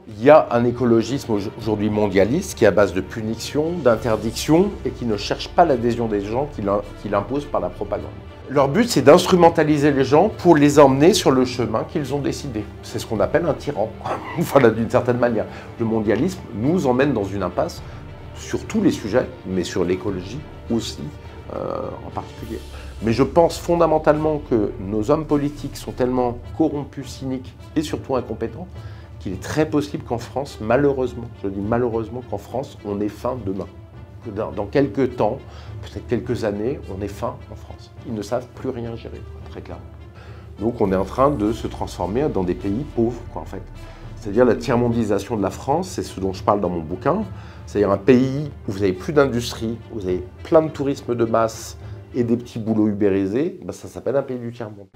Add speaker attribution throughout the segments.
Speaker 1: Il y a un écologisme aujourd'hui mondialiste qui est à base de punition, d'interdiction et qui ne cherche pas l'adhésion des gens, qui l'impose par la propagande. Leur but, c'est d'instrumentaliser les gens pour les emmener sur le chemin qu'ils ont décidé. C'est ce qu'on appelle un tyran, voilà, d'une certaine manière. Le mondialisme nous emmène dans une impasse sur tous les sujets, mais sur l'écologie aussi en particulier. Mais je pense fondamentalement que nos hommes politiques sont tellement corrompus, cyniques et surtout incompétents qu'il est très possible qu'en France, malheureusement, je dis malheureusement qu'en France, on ait faim demain. Que dans quelques temps, peut-être quelques années, on ait faim en France. Ils ne savent plus rien gérer, très clairement. Donc on est en train de se transformer dans des pays pauvres, en fait. C'est-à-dire la tiers-mondisation de la France, c'est ce dont je parle dans mon bouquin. C'est-à-dire un pays où vous n'avez plus d'industrie, où vous avez plein de tourisme de masse et des petits boulots ubérisés, ben ça s'appelle un pays du tiers-monde.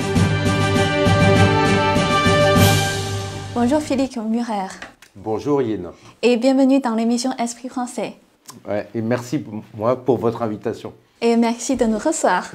Speaker 2: Bonjour Philippe Murer.
Speaker 1: Bonjour Yin.
Speaker 2: Et bienvenue dans l'émission Esprit français.
Speaker 1: Ouais, et merci pour votre invitation.
Speaker 2: Et merci de nous recevoir.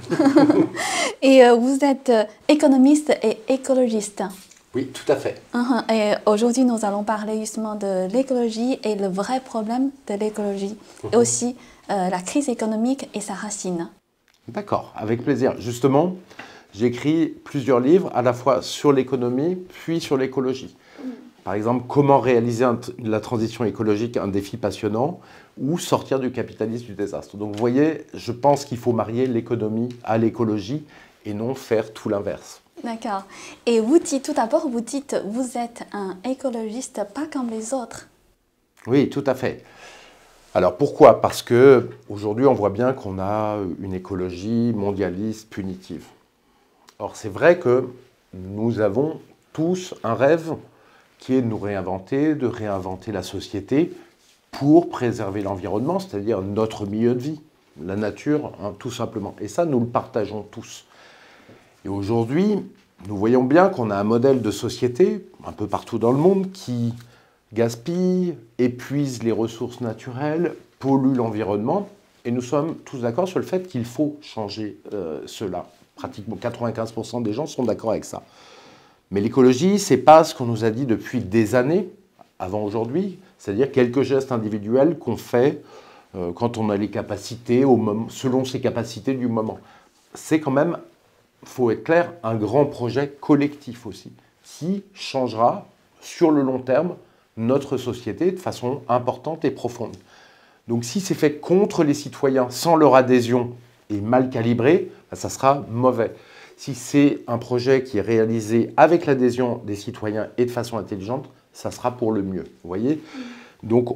Speaker 2: Et vous êtes économiste et écologiste.
Speaker 1: Oui, tout à fait.
Speaker 2: Et aujourd'hui, nous allons parler justement de l'écologie et le vrai problème de l'écologie. Et aussi la crise économique et sa racine. D'accord,
Speaker 1: avec plaisir. Justement, j'écris plusieurs livres, à la fois sur l'économie, puis sur l'écologie. Par exemple, comment réaliser la transition écologique, un défi passionnant, ou sortir du capitalisme du désastre. Donc vous voyez, je pense qu'il faut marier l'économie à l'écologie et non faire tout l'inverse.
Speaker 2: D'accord. Et vous dites, tout d'abord, vous dites, vous êtes un écologiste pas comme les autres.
Speaker 1: Oui, tout à fait. Alors pourquoi? Parce qu'aujourd'hui, on voit bien qu'on a une écologie mondialiste punitive. Or, c'est vrai que nous avons tous un rêve qui est de nous réinventer, de réinventer la société pour préserver l'environnement, c'est-à-dire notre milieu de vie, la nature, hein, tout simplement. Et ça, nous le partageons tous. Et aujourd'hui, nous voyons bien qu'on a un modèle de société, un peu partout dans le monde, qui gaspille, épuise les ressources naturelles, pollue l'environnement. Et nous sommes tous d'accord sur le fait qu'il faut changer cela. Pratiquement 95% des gens sont d'accord avec ça. Mais l'écologie, ce n'est pas ce qu'on nous a dit depuis des années, avant aujourd'hui, c'est-à-dire quelques gestes individuels qu'on fait quand on a les capacités, selon ses capacités du moment. C'est quand même, il faut être clair, un grand projet collectif aussi, qui changera sur le long terme notre société de façon importante et profonde. Donc si c'est fait contre les citoyens, sans leur adhésion et mal calibré, ça sera mauvais. Si c'est un projet qui est réalisé avec l'adhésion des citoyens et de façon intelligente, ça sera pour le mieux. Vous voyez? Donc,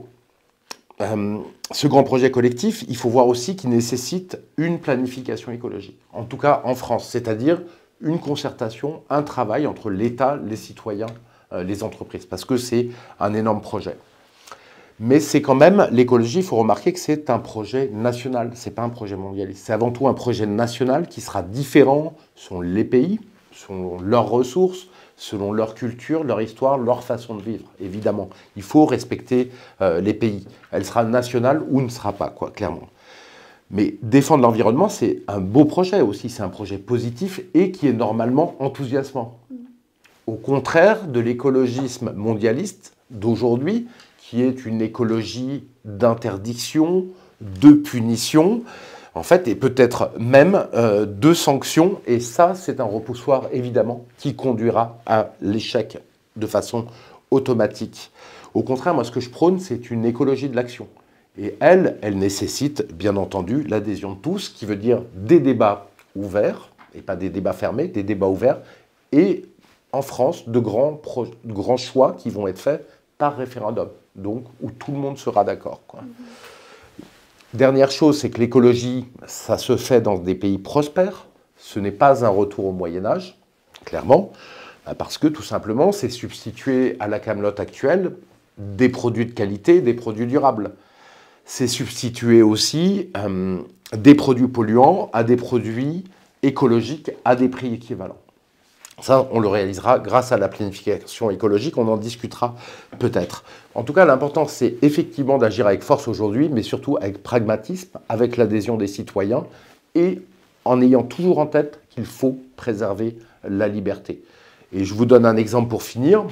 Speaker 1: ce grand projet collectif, il faut voir aussi qu'il nécessite une planification écologique. En tout cas, en France, c'est-à-dire une concertation, un travail entre l'État, les citoyens, les entreprises, parce que c'est un énorme projet. Mais c'est quand même, l'écologie, il faut remarquer que c'est un projet national, ce n'est pas un projet mondialiste. C'est avant tout un projet national qui sera différent selon les pays, selon leurs ressources, selon leur culture, leur histoire, leur façon de vivre, évidemment. Il faut respecter les pays. Elle sera nationale ou ne sera pas, quoi, clairement. Mais défendre l'environnement, c'est un beau projet aussi, c'est un projet positif et qui est normalement enthousiasmant. Au contraire de l'écologisme mondialiste d'aujourd'hui, qui est une écologie d'interdiction, de punition, en fait, et peut-être même de sanctions. Et ça, c'est un repoussoir, évidemment, qui conduira à l'échec de façon automatique. Au contraire, moi, ce que je prône, c'est une écologie de l'action. Et elle nécessite, bien entendu, l'adhésion de tous, qui veut dire des débats ouverts, et pas des débats fermés, des débats ouverts, et en France, de grands choix qui vont être faits par référendum, donc où tout le monde sera d'accord, quoi. Dernière chose, c'est que l'écologie, ça se fait dans des pays prospères. Ce n'est pas un retour au Moyen-Âge, clairement, parce que tout simplement, c'est substituer à la camelote actuelle des produits de qualité, des produits durables. C'est substituer aussi des produits polluants à des produits écologiques à des prix équivalents. Ça, on le réalisera grâce à la planification écologique, on en discutera peut-être. En tout cas, l'important, c'est effectivement d'agir avec force aujourd'hui, mais surtout avec pragmatisme, avec l'adhésion des citoyens, et en ayant toujours en tête qu'il faut préserver la liberté. Et je vous donne un exemple pour finir.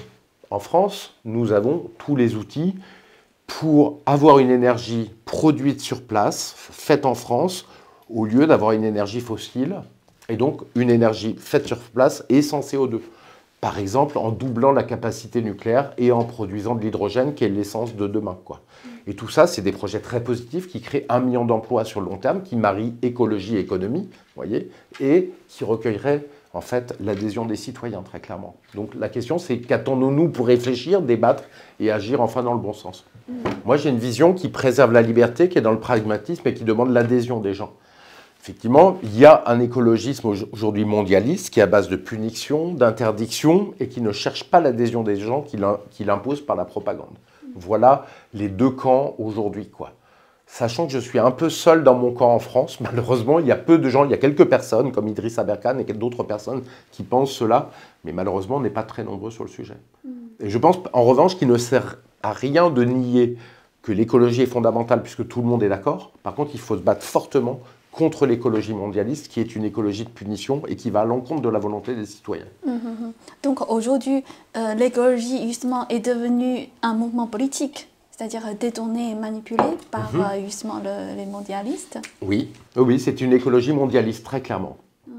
Speaker 1: en France, nous avons tous les outils pour avoir une énergie produite sur place, faite en France, au lieu d'avoir une énergie fossile, et donc une énergie faite sur place et sans CO2. Par exemple, en doublant la capacité nucléaire et en produisant de l'hydrogène, qui est l'essence de demain, quoi. Et tout ça, c'est des projets très positifs qui créent 1 million d'emplois sur le long terme, qui marient écologie et économie, voyez, et qui recueilleraient en fait l'adhésion des citoyens, très clairement. Donc la question, c'est qu'attendons-nous pour réfléchir, débattre et agir enfin dans le bon sens. Moi, j'ai une vision qui préserve la liberté, qui est dans le pragmatisme et qui demande l'adhésion des gens. Effectivement, il y a un écologisme aujourd'hui mondialiste qui est à base de punition, d'interdiction et qui ne cherche pas l'adhésion des gens, qui l'impose par la propagande. Voilà les deux camps aujourd'hui, quoi. Sachant que je suis un peu seul dans mon camp en France, malheureusement, il y a peu de gens, il y a quelques personnes comme Idriss Aberkan et d'autres personnes qui pensent cela, mais malheureusement, on n'est pas très nombreux sur le sujet. Et je pense, en revanche, qu'il ne sert à rien de nier que l'écologie est fondamentale puisque tout le monde est d'accord. Par contre, il faut se battre fortement contre l'écologie mondialiste, qui est une écologie de punition et qui va à l'encontre de la volonté des citoyens.
Speaker 2: Donc aujourd'hui, l'écologie justement est devenue un mouvement politique, c'est-à-dire détourné et manipulé par justement les mondialistes.
Speaker 1: Oui, oui, c'est une écologie mondialiste, très clairement.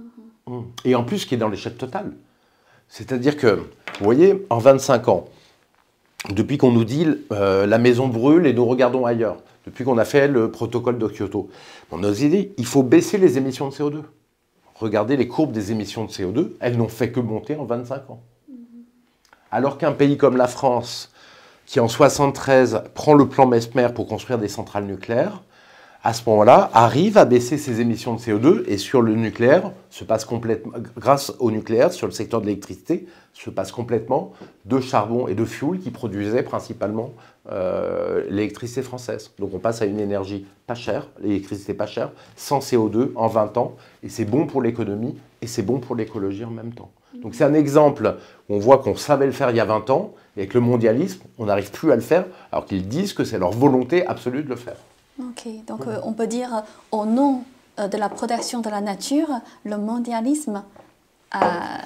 Speaker 1: Et en plus, qui est dans l'échec total. C'est-à-dire que, vous voyez, en 25 ans, depuis qu'on nous dit la maison brûle et nous regardons ailleurs, depuis qu'on a fait le protocole de Kyoto, on nous a dit il faut baisser les émissions de CO2. Regardez les courbes des émissions de CO2, elles n'ont fait que monter en 25 ans. Alors qu'un pays comme la France, qui en 1973 prend le plan Mesmer pour construire des centrales nucléaires, à ce moment-là, arrive à baisser ses émissions de CO2 et sur le nucléaire, se passe complètement, grâce au nucléaire, sur le secteur de l'électricité, se passe complètement de charbon et de fioul qui produisaient principalement l'électricité française. Donc on passe à une énergie pas chère, l'électricité pas chère, sans CO2 en 20 ans, et c'est bon pour l'économie et c'est bon pour l'écologie en même temps. Donc c'est un exemple où on voit qu'on savait le faire il y a 20 ans, et avec le mondialisme, on n'arrive plus à le faire, alors qu'ils disent que c'est leur volonté absolue de le faire.
Speaker 2: Ok, donc on peut dire au nom de la protection de la nature, le mondialisme a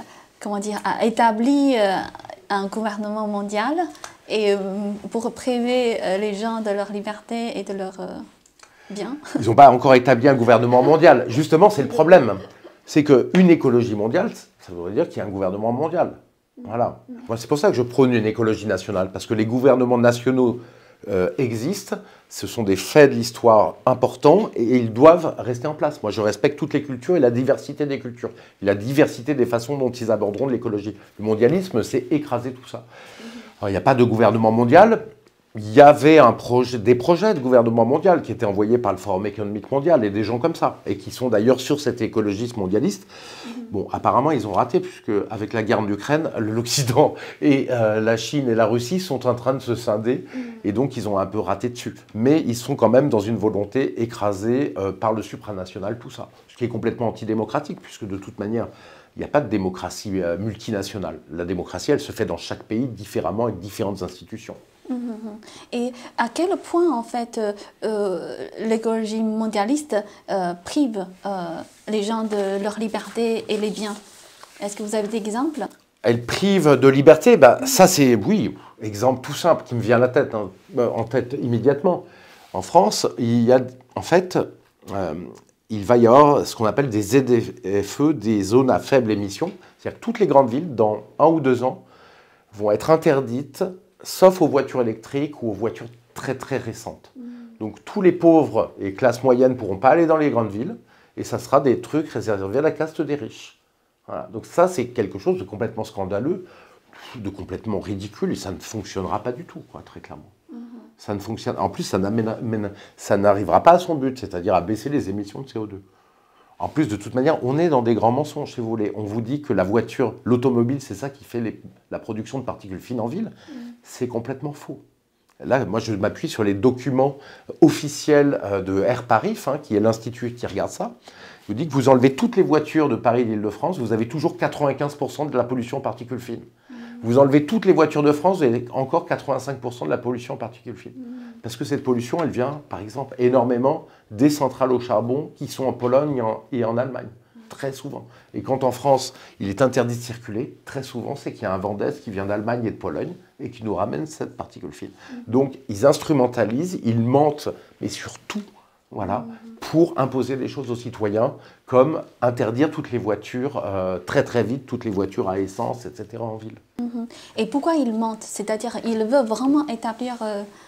Speaker 2: établi un gouvernement mondial et pour priver les gens de leur liberté et de leur bien. Ils
Speaker 1: n'ont pas encore établi un gouvernement mondial. Justement, c'est le problème. C'est qu'une écologie mondiale, ça voudrait dire qu'il y a un gouvernement mondial. Voilà. Moi, c'est pour ça que je prône une écologie nationale, parce que les gouvernements nationaux existent, ce sont des faits de l'histoire importants et ils doivent rester en place. Moi, je respecte toutes les cultures et la diversité des cultures, et la diversité des façons dont ils aborderont l'écologie. Le mondialisme, c'est écraser tout ça. Alors, il n'y a pas de gouvernement mondial. Il y avait des projets de gouvernement mondial qui étaient envoyés par le Forum économique mondial et des gens comme ça, et qui sont d'ailleurs sur cet écologisme mondialiste. Bon, apparemment, ils ont raté, puisque avec la guerre en Ukraine, l'Occident et la Chine et la Russie sont en train de se scinder, et donc ils ont un peu raté dessus. Mais ils sont quand même dans une volonté écrasée par le supranational, tout ça. Ce qui est complètement antidémocratique, puisque de toute manière, il n'y a pas de démocratie multinationale. La démocratie, elle se fait dans chaque pays différemment, avec différentes institutions.
Speaker 2: Et à quel point, en fait, l'écologie mondialiste prive les gens de leur liberté et les biens? Est-ce que vous avez des exemples?
Speaker 1: Elle prive de liberté, ça c'est, oui, exemple tout simple qui me vient à la tête, en tête immédiatement. En France, il y a, en fait, il va y avoir ce qu'on appelle des ZFE, des zones à faible émission. C'est-à-dire que toutes les grandes villes, dans 1 ou 2 ans, vont être interdites, sauf aux voitures électriques ou aux voitures très très récentes. Donc tous les pauvres et classes moyennes ne pourront pas aller dans les grandes villes, et ça sera des trucs réservés à la caste des riches. Voilà. Donc ça, c'est quelque chose de complètement scandaleux, de complètement ridicule, et ça ne fonctionnera pas du tout, quoi, très clairement. Ça ne fonctionne. En plus, ça n'arrivera pas à son but, c'est-à-dire à baisser les émissions de CO2. En plus, de toute manière, on est dans des grands mensonges, si vous voulez. On vous dit que la voiture, l'automobile, c'est ça qui fait la production de particules fines en ville. C'est complètement faux. Là, moi, je m'appuie sur les documents officiels de Air Paris, qui est l'institut qui regarde ça. Il vous dit que vous enlevez toutes les voitures de Paris et d'Île-de-France, vous avez toujours 95% de la pollution en particules fines. Vous enlevez toutes les voitures de France, vous avez encore 85% de la pollution en particules fines. Parce que cette pollution, elle vient, par exemple, énormément des centrales au charbon qui sont en Pologne et en Allemagne. Très souvent. Et quand en France, il est interdit de circuler, très souvent, c'est qu'il y a un Vendès qui vient d'Allemagne et de Pologne et qui nous ramène cette particule fine. Donc, ils instrumentalisent, ils mentent, mais surtout, voilà, pour imposer des choses aux citoyens, comme interdire toutes les voitures, très très vite, toutes les voitures à essence, etc. en ville.
Speaker 2: Et pourquoi ils mentent? C'est-à-dire, ils veulent vraiment établir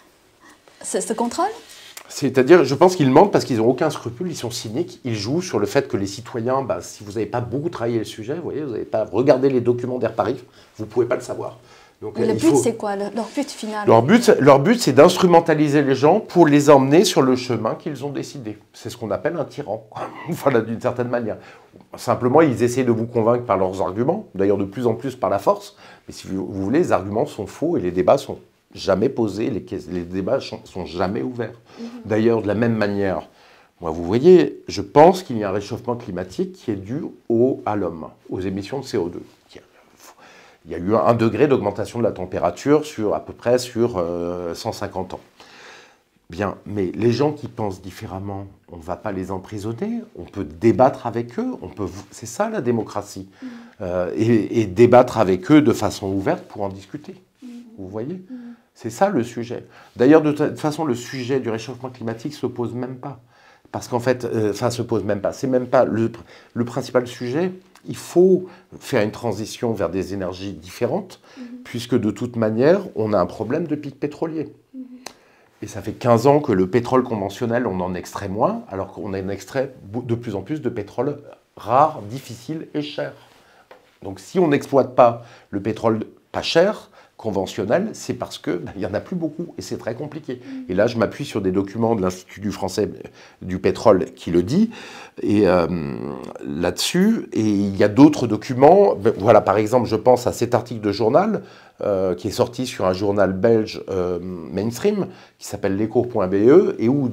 Speaker 2: ce contrôle?
Speaker 1: C'est-à-dire, je pense qu'ils mentent parce qu'ils n'ont aucun scrupule, ils sont cyniques, ils jouent sur le fait que les citoyens, si vous n'avez pas beaucoup travaillé le sujet, vous voyez, vous n'avez pas regardé les documents d'Air Paris, vous ne pouvez pas le savoir. Donc,
Speaker 2: le but, c'est quoi? Leur but final?
Speaker 1: Leur but, c'est d'instrumentaliser les gens pour les emmener sur le chemin qu'ils ont décidé. C'est ce qu'on appelle un tyran, voilà, d'une certaine manière. Simplement, ils essaient de vous convaincre par leurs arguments, d'ailleurs de plus en plus par la force, mais si vous voulez, les arguments sont faux et les débats sont jamais posés, les débats sont jamais ouverts. D'ailleurs, de la même manière, moi, vous voyez, je pense qu'il y a un réchauffement climatique qui est dû à l'homme, aux émissions de CO2. Il y a eu 1 degré d'augmentation de la température à peu près sur 150 ans. Bien, mais les gens qui pensent différemment, on ne va pas les emprisonner, on peut débattre avec eux, c'est ça la démocratie, et débattre avec eux de façon ouverte pour en discuter. Vous voyez? C'est ça le sujet. D'ailleurs, de toute façon, le sujet du réchauffement climatique ne se pose même pas. Parce qu'en fait, se pose même pas. C'est même pas le principal sujet. Il faut faire une transition vers des énergies différentes, puisque de toute manière, on a un problème de pic pétrolier. Et ça fait 15 ans que le pétrole conventionnel, on en extrait moins, alors qu'on en extrait de plus en plus de pétrole rare, difficile et cher. Donc si on n'exploite pas le pétrole pas cher, conventionnel, c'est parce qu'il n'y en a plus beaucoup et c'est très compliqué. Et là, je m'appuie sur des documents de l'Institut du français du pétrole qui le dit, et là-dessus, et il y a d'autres documents, voilà, par exemple, je pense à cet article de journal qui est sorti sur un journal belge mainstream, qui s'appelle l'écho.be, et où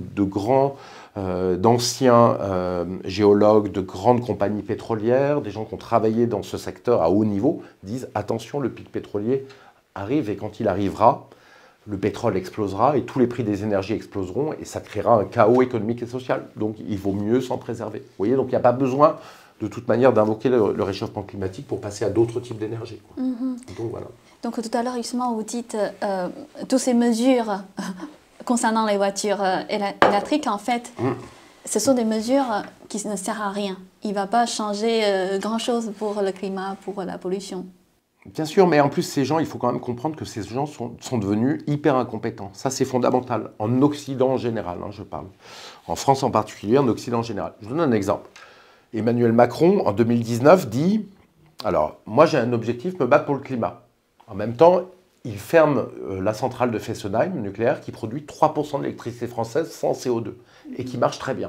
Speaker 1: d'anciens géologues de grandes compagnies pétrolières, des gens qui ont travaillé dans ce secteur à haut niveau, disent « Attention, le pic pétrolier arrive et quand il arrivera, le pétrole explosera et tous les prix des énergies exploseront et ça créera un chaos économique et social. Donc il vaut mieux s'en préserver. » Vous voyez, donc il n'y a pas besoin de toute manière d'invoquer le réchauffement climatique pour passer à d'autres types d'énergie. Donc voilà.
Speaker 2: Donc tout à l'heure, justement, vous dites toutes ces mesures concernant les voitures électriques, en fait, ce sont des mesures qui ne servent à rien. Il ne va pas changer grand-chose pour le climat, pour la pollution.
Speaker 1: Bien sûr, mais en plus, ces gens, il faut quand même comprendre que ces gens sont devenus hyper incompétents. Ça, c'est fondamental. En Occident en général, je parle. En France en particulier, en Occident en général. Je vous donne un exemple. Emmanuel Macron, en 2019, dit « Alors, moi, j'ai un objectif, me battre pour le climat. » En même temps, il ferme la centrale de Fessenheim, nucléaire, qui produit 3% de l'électricité française sans CO2 et qui marche très bien.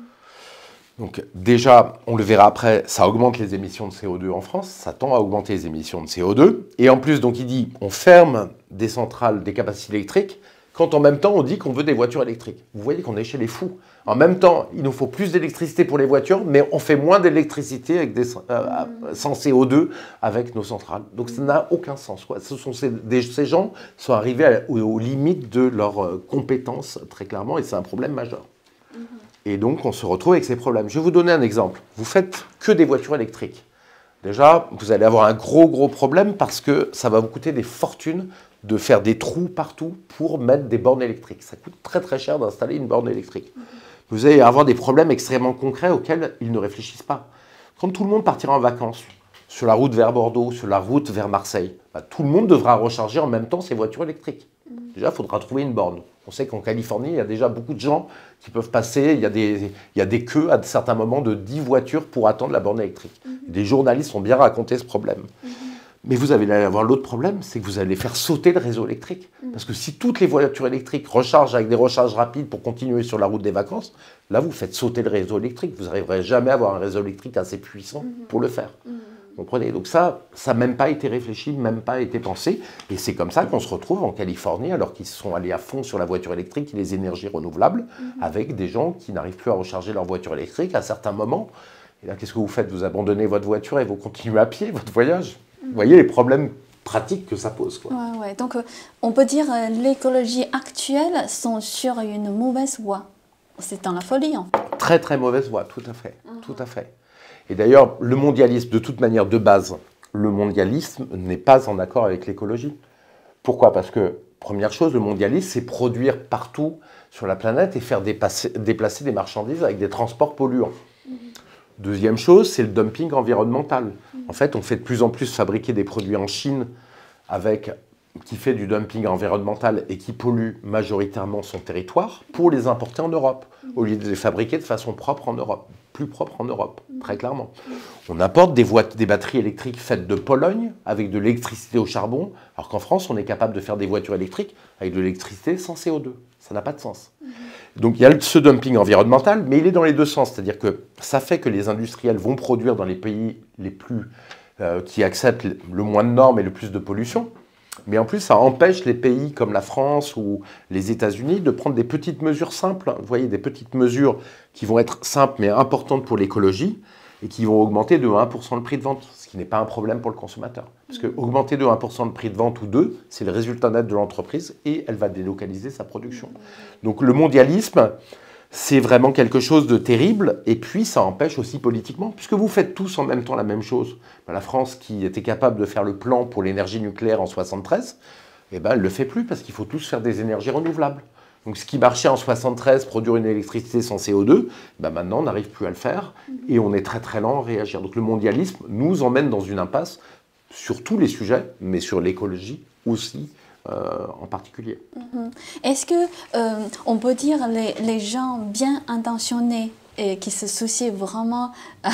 Speaker 1: Donc déjà, on le verra après, ça augmente les émissions de CO2 en France, ça tend à augmenter les émissions de CO2. Et en plus, donc il dit, on ferme des centrales, des capacités électriques, quand en même temps on dit qu'on veut des voitures électriques. Vous voyez qu'on est chez les fous. En même temps, il nous faut plus d'électricité pour les voitures, mais on fait moins d'électricité avec sans CO2 avec nos centrales. Donc ça n'a aucun sens, quoi. Ces gens sont arrivés aux limites de leurs compétences, très clairement, et c'est un problème majeur. Et donc, on se retrouve avec ces problèmes. Je vais vous donner un exemple. Vous faites que des voitures électriques. Déjà, vous allez avoir un gros problème parce que ça va vous coûter des fortunes de faire des trous partout pour mettre des bornes électriques. Ça coûte très cher d'installer une borne électrique. Vous allez avoir des problèmes extrêmement concrets auxquels ils ne réfléchissent pas. Quand tout le monde partira en vacances, sur la route vers Bordeaux, sur la route vers Marseille, tout le monde devra recharger en même temps ses voitures électriques. Déjà, il faudra trouver une borne. On sait qu'en Californie, il y a déjà beaucoup de gens qui peuvent passer, il y a des queues à certains moments de 10 voitures pour attendre la borne électrique. Des journalistes ont bien raconté ce problème. Mais vous allez avoir l'autre problème, c'est que vous allez faire sauter le réseau électrique. Parce que si toutes les voitures électriques rechargent avec des recharges rapides pour continuer sur la route des vacances, là, vous faites sauter le réseau électrique. Vous n'arriverez jamais à avoir un réseau électrique assez puissant pour le faire. Vous comprenez? Donc ça n'a même pas été réfléchi, même pas été pensé. Et c'est comme ça qu'on se retrouve en Californie, alors qu'ils sont allés à fond sur la voiture électrique et les énergies renouvelables, avec des gens qui n'arrivent plus à recharger leur voiture électrique à certains moments. Et là, qu'est-ce que vous faites? Vous abandonnez votre voiture et vous continuez à pied votre voyage. Vous voyez les problèmes pratiques que ça pose, quoi.
Speaker 2: Ouais. Donc, on peut dire que l'écologie actuelle sont sur une mauvaise voie. C'est dans la folie, en fait.
Speaker 1: Très mauvaise voie, tout à fait. Tout à fait. Et d'ailleurs, le mondialisme, de toute manière, de base, le mondialisme n'est pas en accord avec l'écologie. Pourquoi? Parce que, première chose, le mondialisme, c'est produire partout sur la planète et faire déplacer des marchandises avec des transports polluants. Deuxième chose, c'est le dumping environnemental. En fait, on fait de plus en plus fabriquer des produits en Chine qui fait du dumping environnemental et qui pollue majoritairement son territoire pour les importer en Europe, au lieu de les fabriquer de façon propre en Europe, plus propre en Europe, très clairement. On importe des batteries électriques faites de Pologne avec de l'électricité au charbon, alors qu'en France, on est capable de faire des voitures électriques avec de l'électricité sans CO2. Ça n'a pas de sens. Donc il y a ce dumping environnemental, mais il est dans les deux sens. C'est-à-dire que ça fait que les industriels vont produire dans les pays qui acceptent le moins de normes et le plus de pollution. Mais en plus, ça empêche les pays comme la France ou les États-Unis de prendre des petites mesures simples. Vous voyez, des petites mesures qui vont être simples mais importantes pour l'écologie et qui vont augmenter de 1% le prix de vente, ce qui n'est pas un problème pour le consommateur. Parce que augmenter de 1% le prix de vente ou 2%, c'est le résultat net de l'entreprise et elle va délocaliser sa production. Donc le mondialisme, c'est vraiment quelque chose de terrible, et puis ça empêche aussi politiquement, puisque vous faites tous en même temps la même chose. La France, qui était capable de faire le plan pour l'énergie nucléaire en 1973, elle ne le fait plus, parce qu'il faut tous faire des énergies renouvelables. Donc ce qui marchait en 1973, produire une électricité sans CO2, maintenant on n'arrive plus à le faire, et on est très très lent à réagir. Donc le mondialisme nous emmène dans une impasse sur tous les sujets, mais sur l'écologie aussi, en particulier.
Speaker 2: Est-ce que on peut dire les gens bien intentionnés et qui se soucient vraiment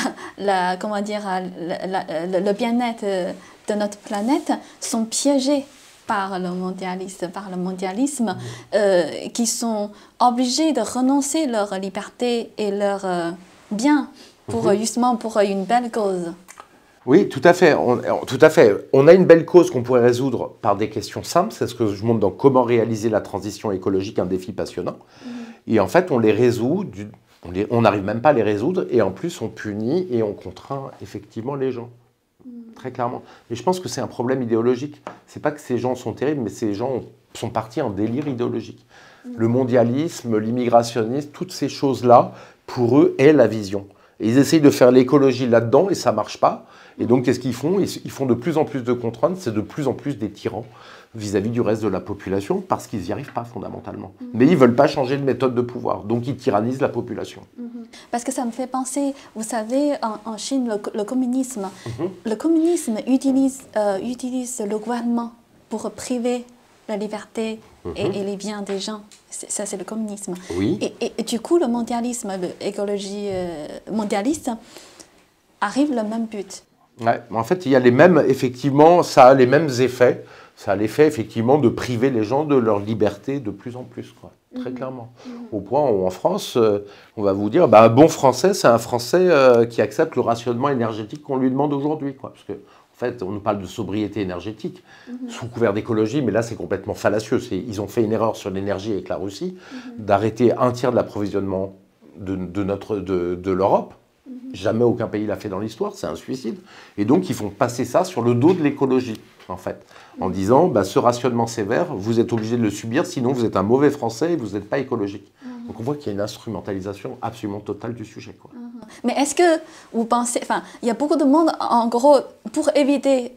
Speaker 2: le bien-être de notre planète sont piégés par le mondialisme, qui sont obligés de renoncer leur liberté et leur bien justement pour une belle cause?
Speaker 1: Oui, tout à fait. On a une belle cause qu'on pourrait résoudre par des questions simples. C'est ce que je montre dans Comment réaliser la transition écologique, un défi passionnant. Et en fait, on les résout, on n'arrive même pas à les résoudre, et en plus, on punit et on contraint effectivement les gens. Très clairement. Et je pense que c'est un problème idéologique. C'est pas que ces gens sont terribles, mais ces gens sont partis en délire idéologique. Le mondialisme, l'immigrationnisme, toutes ces choses-là, pour eux, est la vision. Et ils essayent de faire l'écologie là-dedans, et ça ne marche pas. Et donc, qu'est-ce qu'ils font? Ils font de plus en plus de contraintes, c'est de plus en plus des tyrans vis-à-vis du reste de la population, parce qu'ils n'y arrivent pas fondamentalement. Mais ils ne veulent pas changer de méthode de pouvoir, donc ils tyrannisent la population.
Speaker 2: Parce que ça me fait penser, vous savez, en Chine, le communisme. Le communisme utilise le gouvernement pour priver la liberté et les biens des gens. Ça, c'est le communisme.
Speaker 1: Oui.
Speaker 2: Et du coup, le mondialisme, l'écologie mondialiste, arrive le même but.
Speaker 1: Ouais, en fait, il y a les mêmes, effectivement, ça a les mêmes effets. Ça a l'effet, effectivement, de priver les gens de leur liberté de plus en plus, quoi. Très clairement. Au point où, en France, on va vous dire, un bon Français, c'est un Français qui accepte le rationnement énergétique qu'on lui demande aujourd'hui, quoi. Parce que, en fait, on nous parle de sobriété énergétique, sous couvert d'écologie, mais là, c'est complètement fallacieux. Ils ont fait une erreur sur l'énergie avec la Russie, d'arrêter un tiers de l'approvisionnement de l'Europe. Jamais aucun pays l'a fait dans l'histoire, c'est un suicide. Et donc, ils font passer ça sur le dos de l'écologie, en fait, en disant, ce rationnement sévère, vous êtes obligé de le subir, sinon vous êtes un mauvais Français et vous n'êtes pas écologique. Donc on voit qu'il y a une instrumentalisation absolument totale du sujet, quoi.
Speaker 2: Mais est-ce que vous pensez, il y a beaucoup de monde, en gros, pour éviter,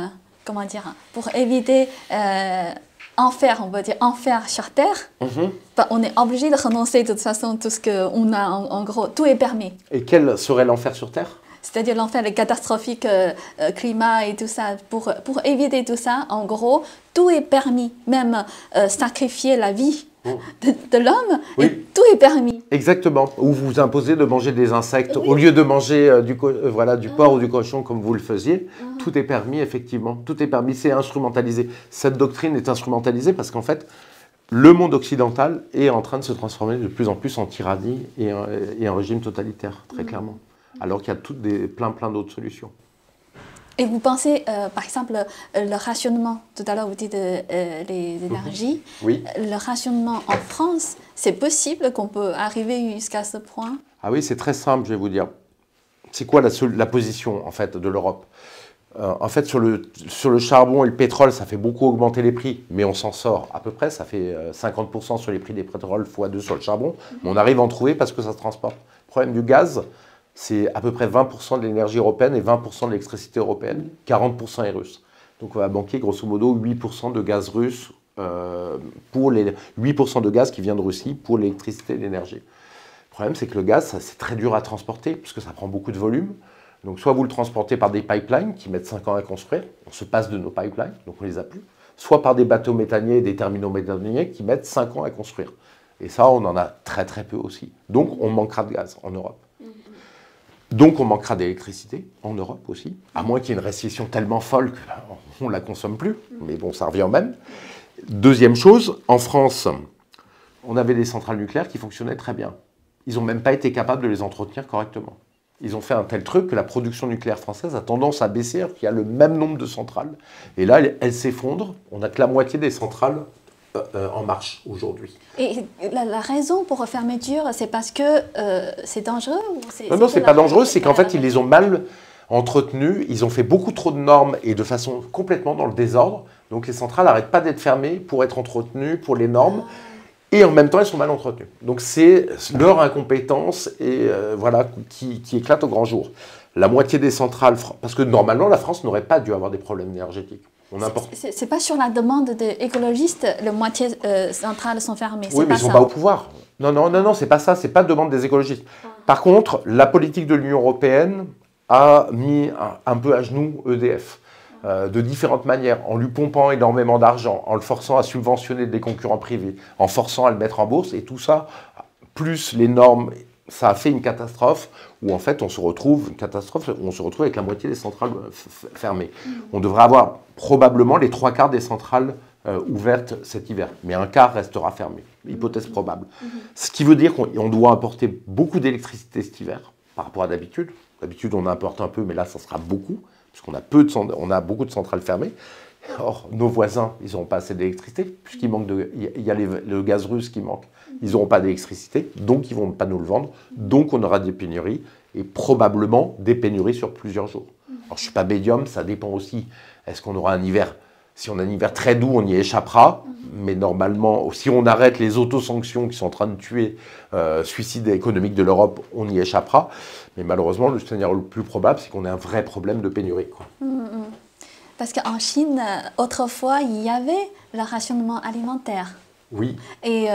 Speaker 2: enfer, on va dire, enfer sur Terre, on est obligé de renoncer de toute façon, tout ce qu'on a, en gros, tout est permis.
Speaker 1: Et quel serait l'enfer sur Terre?
Speaker 2: C'est-à-dire l'enfer, le catastrophique climat et tout ça. Pour éviter tout ça, en gros, tout est permis, même sacrifier la vie de l'homme, et tout est permis.
Speaker 1: Exactement. Ou vous imposez de manger des insectes au lieu de manger du porc ou du cochon comme vous le faisiez. Tout est permis, effectivement. Tout est permis, c'est instrumentalisé. Cette doctrine est instrumentalisée parce qu'en fait, le monde occidental est en train de se transformer de plus en plus en tyrannie et en régime totalitaire, très clairement. Alors qu'il y a plein d'autres solutions.
Speaker 2: Et vous pensez, par exemple, le rationnement, tout à l'heure vous dites les énergies, le rationnement en France, c'est possible qu'on peut arriver jusqu'à ce point?
Speaker 1: Ah oui, c'est très simple, je vais vous dire. C'est quoi la position, en fait, de l'Europe? En fait, sur le charbon et le pétrole, ça fait beaucoup augmenter les prix, mais on s'en sort à peu près, ça fait 50% sur les prix des pétroles x2 sur le charbon, mais on arrive à en trouver parce que ça se transporte. Le problème du gaz, c'est à peu près 20% de l'énergie européenne et 20% de l'électricité européenne. 40% est russe. Donc on va manquer grosso modo 8% de gaz russe, pour les 8% de gaz qui vient de Russie pour l'électricité et l'énergie. Le problème, c'est que le gaz, c'est très dur à transporter, puisque ça prend beaucoup de volume. Donc soit vous le transportez par des pipelines qui mettent 5 ans à construire, on se passe de nos pipelines, donc on ne les a plus, soit par des bateaux méthaniers et des terminaux méthaniers qui mettent 5 ans à construire. Et ça, on en a très très peu aussi. Donc on manquera de gaz en Europe. Donc on manquera d'électricité en Europe aussi, à moins qu'il y ait une récession tellement folle qu'on ne la consomme plus, mais bon, ça revient au même. Deuxième chose, en France, on avait des centrales nucléaires qui fonctionnaient très bien. Ils n'ont même pas été capables de les entretenir correctement. Ils ont fait un tel truc que la production nucléaire française a tendance à baisser alors qu'il y a le même nombre de centrales. Et là, elle s'effondre. On n'a que la moitié des centrales en marche aujourd'hui.
Speaker 2: Et la raison pour fermeture, c'est parce que c'est dangereux ou
Speaker 1: Non, c'est pas dangereux, c'est qu'en fait, ils les ont mal entretenus. Ils ont fait beaucoup trop de normes et de façon complètement dans le désordre. Donc les centrales n'arrêtent pas d'être fermées pour être entretenues, pour les normes. Et en même temps, elles sont mal entretenues. Donc c'est leur incompétence et, voilà, qui éclate au grand jour. La moitié des centrales, parce que normalement, la France n'aurait pas dû avoir des problèmes énergétiques.
Speaker 2: C'est pas sur la demande des écologistes, la moitié centrales sont fermées.
Speaker 1: Oui, mais ils ne sont pas au pouvoir. Non, c'est pas ça, c'est pas demande des écologistes. Par contre, la politique de l'Union européenne a mis un peu à genoux EDF. De différentes manières, en lui pompant énormément d'argent, en le forçant à subventionner des concurrents privés, en forçant à le mettre en bourse, et tout ça, plus les normes, ça a fait une catastrophe où en fait on se retrouve avec la moitié des centrales fermées. On devrait avoir probablement les 3/4 des centrales ouvertes cet hiver, mais un quart restera fermé, hypothèse probable. Ce qui veut dire qu'on doit importer beaucoup d'électricité cet hiver par rapport à d'habitude. D'habitude on importe un peu, mais là ça sera beaucoup. Parce qu'on a beaucoup de centrales fermées. Or, nos voisins, ils n'auront pas assez d'électricité, puisqu'il y a le gaz russe qui manque. Ils n'auront pas d'électricité, donc ils ne vont pas nous le vendre. Donc on aura des pénuries, et probablement des pénuries sur plusieurs jours. Alors je ne suis pas médium, ça dépend aussi. Est-ce qu'on aura un hiver? Si on a un hiver très doux, on y échappera. Mais normalement, si on arrête les autosanctions qui sont en train de tuer suicide économique de l'Europe, on y échappera. Mais malheureusement, le scénario le plus probable, c'est qu'on ait un vrai problème de pénurie, quoi.
Speaker 2: Parce qu'en Chine, autrefois, il y avait le rationnement alimentaire.
Speaker 1: Oui.
Speaker 2: Et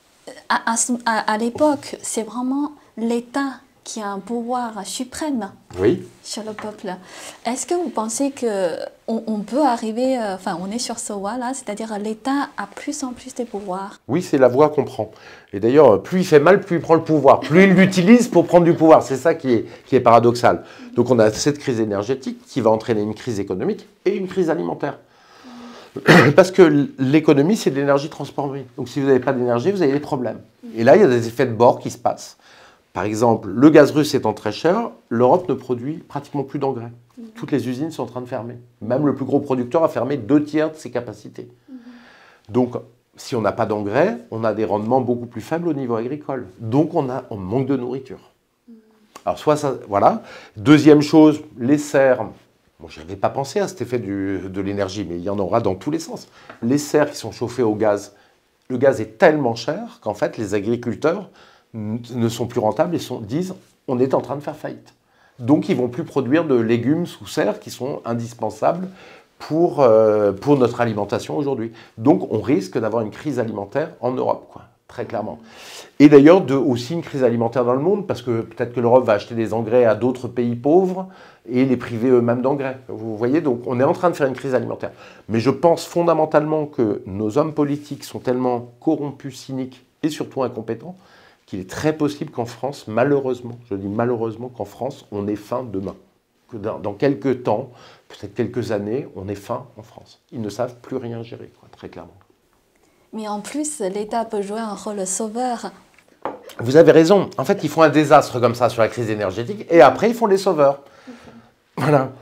Speaker 2: à l'époque, c'est vraiment l'État qui a un pouvoir suprême sur le peuple. Est-ce que vous pensez qu'on peut arriver, enfin on est sur ce voie-là, c'est-à-dire l'État a plus en plus de pouvoir?
Speaker 1: Oui, c'est la voie qu'on prend. Et d'ailleurs, plus il fait mal, plus il prend le pouvoir, plus il l'utilise pour prendre du pouvoir. C'est ça qui est paradoxal. Donc on a cette crise énergétique qui va entraîner une crise économique et une crise alimentaire. Parce que l'économie, c'est de l'énergie transformée. Donc si vous n'avez pas d'énergie, vous avez des problèmes. Et là, il y a des effets de bord qui se passent. Par exemple, le gaz russe étant très cher, l'Europe ne produit pratiquement plus d'engrais. Toutes les usines sont en train de fermer. Même le plus gros producteur a fermé 2/3 de ses capacités. Donc, si on n'a pas d'engrais, on a des rendements beaucoup plus faibles au niveau agricole. Donc, on manque de nourriture. Alors, soit ça, voilà. Deuxième chose, les serres. Bon, je n'avais pas pensé à cet effet de l'énergie, mais il y en aura dans tous les sens. Les serres qui sont chauffées au gaz, le gaz est tellement cher qu'en fait, les agriculteurs ne sont plus rentables et disent on est en train de faire faillite. Donc ils ne vont plus produire de légumes sous serre qui sont indispensables pour notre alimentation aujourd'hui. Donc on risque d'avoir une crise alimentaire en Europe, quoi, très clairement. Et d'ailleurs aussi une crise alimentaire dans le monde, parce que peut-être que l'Europe va acheter des engrais à d'autres pays pauvres et les priver eux-mêmes d'engrais. Vous voyez, donc on est en train de faire une crise alimentaire. Mais je pense fondamentalement que nos hommes politiques sont tellement corrompus, cyniques et surtout incompétents qu'il est très possible qu'en France, malheureusement, je dis malheureusement, qu'en France, on ait faim demain. Que dans quelques temps, peut-être quelques années, on ait faim en France. Ils ne savent plus rien gérer, quoi, très clairement.
Speaker 2: Mais en plus, l'État peut jouer un rôle sauveur.
Speaker 1: Vous avez raison. En fait, ils font un désastre comme ça sur la crise énergétique et après, ils font les sauveurs. Voilà.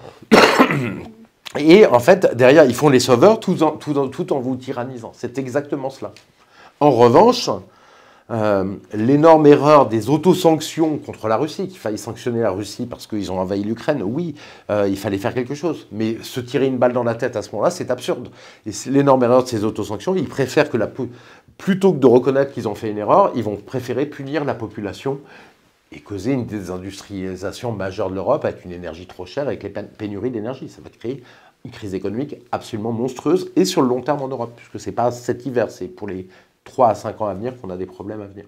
Speaker 1: Et en fait, derrière, ils font les sauveurs tout en vous tyrannisant. C'est exactement cela. En revanche, l'énorme erreur des autosanctions contre la Russie, qu'il fallait sanctionner la Russie parce qu'ils ont envahi l'Ukraine, oui, il fallait faire quelque chose. Mais se tirer une balle dans la tête à ce moment-là, c'est absurde. Et l'énorme erreur de ces autosanctions, ils préfèrent plutôt que de reconnaître qu'ils ont fait une erreur, ils vont préférer punir la population et causer une désindustrialisation majeure de l'Europe avec une énergie trop chère, avec les pénuries d'énergie. Ça va créer une crise économique absolument monstrueuse et sur le long terme en Europe, puisque ce n'est pas cet hiver, c'est pour les 3 à 5 ans à venir qu'on a des problèmes à venir.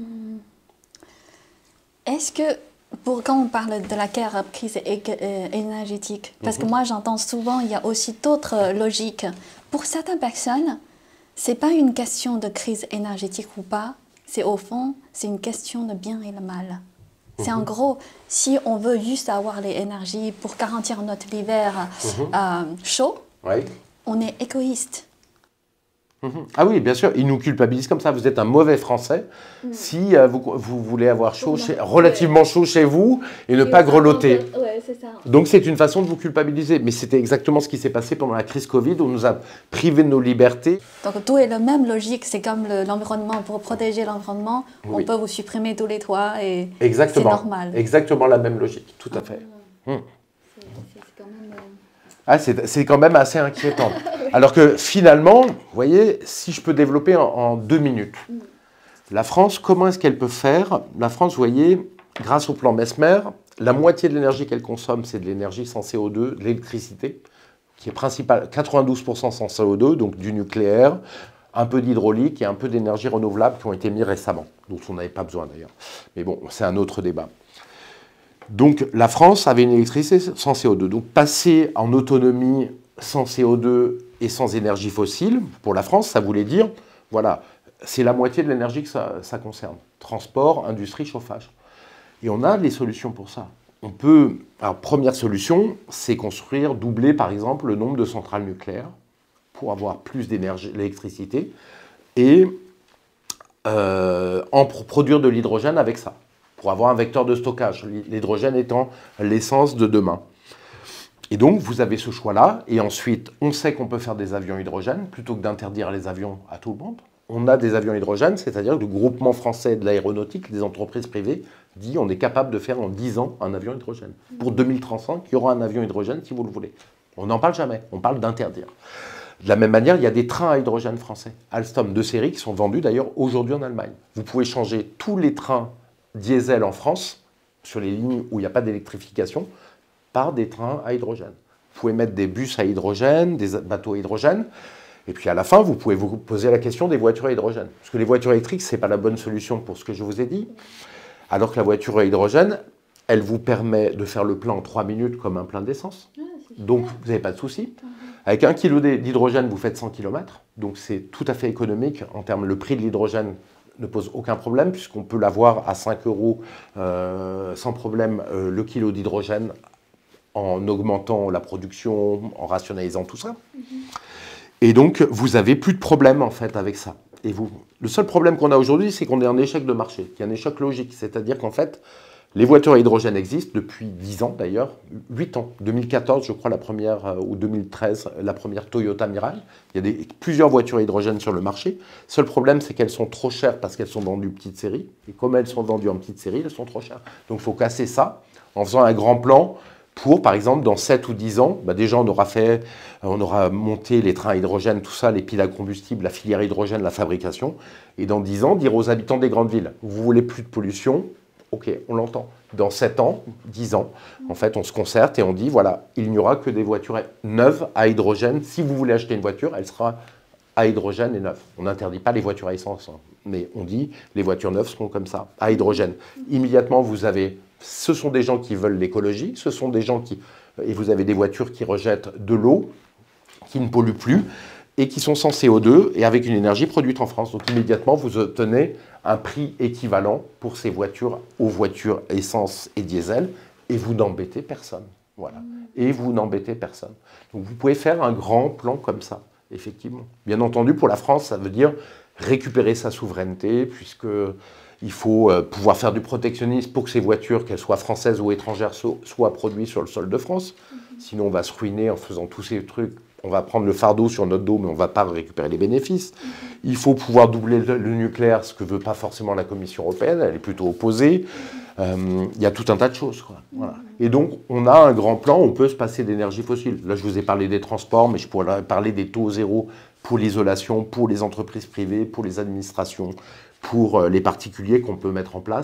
Speaker 2: Est-ce que, quand on parle de la crise énergétique, parce que moi j'entends souvent, il y a aussi d'autres logiques. Pour certaines personnes, ce n'est pas une question de crise énergétique ou pas, c'est au fond, c'est une question de bien et le mal. C'est en gros, si on veut juste avoir les énergies pour garantir notre hiver chaud, on est égoïste.
Speaker 1: Ah oui, bien sûr, ils nous culpabilisent comme ça. Vous êtes un mauvais Français si vous voulez avoir chaud relativement chaud chez vous et ne pas grelotter.
Speaker 2: Ouais, c'est ça.
Speaker 1: Donc c'est une façon de vous culpabiliser. Mais c'était exactement ce qui s'est passé pendant la crise Covid, où on nous a privés de nos libertés.
Speaker 2: Donc tout est la même logique, c'est comme l'environnement. Pour protéger l'environnement, on peut vous supprimer tous les toits et c'est normal.
Speaker 1: Exactement la même logique, tout à fait.
Speaker 2: C'est quand même...
Speaker 1: c'est quand même assez inquiétant. Alors que finalement, vous voyez, si je peux développer en 2 minutes, la France, comment est-ce qu'elle peut faire? La France, vous voyez, grâce au plan Messmer, la moitié de l'énergie qu'elle consomme, c'est de l'énergie sans CO2, de l'électricité, qui est principale, 92% sans CO2, donc du nucléaire, un peu d'hydraulique et un peu d'énergie renouvelable qui ont été mis récemment, dont on n'avait pas besoin d'ailleurs. Mais bon, c'est un autre débat. Donc la France avait une électricité sans CO2. Donc passer en autonomie sans CO2 et sans énergie fossile, pour la France, ça voulait dire, voilà, c'est la moitié de l'énergie que ça concerne. Transport, industrie, chauffage. Et on a des solutions pour ça. On peut, alors première solution, c'est construire, doubler par exemple le nombre de centrales nucléaires pour avoir plus d'électricité et produire de l'hydrogène avec ça, pour avoir un vecteur de stockage, l'hydrogène étant l'essence de demain. Et donc, vous avez ce choix-là, et ensuite, on sait qu'on peut faire des avions hydrogène, plutôt que d'interdire les avions à tout le monde. On a des avions hydrogène, c'est-à-dire que le groupement français de l'aéronautique, des entreprises privées, dit on est capable de faire en 10 ans un avion hydrogène. Pour 2035, il y aura un avion hydrogène si vous le voulez. On n'en parle jamais, on parle d'interdire. De la même manière, il y a des trains à hydrogène français, Alstom de série, qui sont vendus d'ailleurs aujourd'hui en Allemagne. Vous pouvez changer tous les trains diesel en France, sur les lignes où il n'y a pas d'électrification, par des trains à hydrogène. Vous pouvez mettre des bus à hydrogène, des bateaux à hydrogène, et puis à la fin, vous pouvez vous poser la question des voitures à hydrogène. Parce que les voitures électriques, ce n'est pas la bonne solution pour ce que je vous ai dit, alors que la voiture à hydrogène, elle vous permet de faire le plein en 3 minutes comme un plein d'essence. Donc, vous n'avez pas de souci. Avec 1 kg d'hydrogène, vous faites 100 km, donc c'est tout à fait économique en termes, le prix de l'hydrogène ne pose aucun problème, puisqu'on peut l'avoir à 5 € sans problème le kilo d'hydrogène, en augmentant la production, en rationalisant tout ça. Et donc, vous n'avez plus de problème, en fait, avec ça. Et le seul problème qu'on a aujourd'hui, c'est qu'on est en échec de marché, qu'il y a un échec logique. C'est-à-dire qu'en fait, les voitures à hydrogène existent depuis 10 ans, d'ailleurs, 8 ans. 2014, je crois, la première, ou 2013, la première Toyota Mirai. Il y a plusieurs voitures à hydrogène sur le marché. Le seul problème, c'est qu'elles sont trop chères parce qu'elles sont vendues petite série. Et comme elles sont vendues en petite série, elles sont trop chères. Donc, il faut casser ça en faisant un grand plan pour, par exemple, dans 7 ou 10 ans, déjà on aura monté les trains à hydrogène, tout ça, les piles à combustible, la filière hydrogène, la fabrication. Et dans 10 ans, dire aux habitants des grandes villes, vous voulez plus de pollution? Ok, on l'entend. Dans 7 ans, 10 ans, en fait, on se concerte et on dit, voilà, il n'y aura que des voitures neuves à hydrogène. Si vous voulez acheter une voiture, elle sera à hydrogène et neuve. On n'interdit pas les voitures à essence, hein, mais on dit, les voitures neuves seront comme ça, à hydrogène. Immédiatement, ce sont des gens qui veulent l'écologie, ce sont des gens et vous avez des voitures qui rejettent de l'eau, qui ne polluent plus, et qui sont sans CO2 et avec une énergie produite en France. Donc immédiatement, vous obtenez un prix équivalent pour ces voitures aux voitures essence et diesel, et vous n'embêtez personne. Voilà. Et vous n'embêtez personne. Donc vous pouvez faire un grand plan comme ça, effectivement. Bien entendu, pour la France, ça veut dire récupérer sa souveraineté, puisqu'il faut pouvoir faire du protectionnisme pour que ces voitures, qu'elles soient françaises ou étrangères, soient produites sur le sol de France. Sinon, on va se ruiner en faisant tous ces trucs. On va prendre le fardeau sur notre dos, mais on ne va pas récupérer les bénéfices. Il faut pouvoir doubler le nucléaire, ce que ne veut pas forcément la Commission européenne, elle est plutôt opposée. Il y a tout un tas de choses, quoi. Voilà. Et donc, on a un grand plan, on peut se passer d'énergie fossile. Là, je vous ai parlé des transports, mais je pourrais parler des taux zéro pour l'isolation, pour les entreprises privées, pour les administrations, pour les particuliers qu'on peut mettre en place,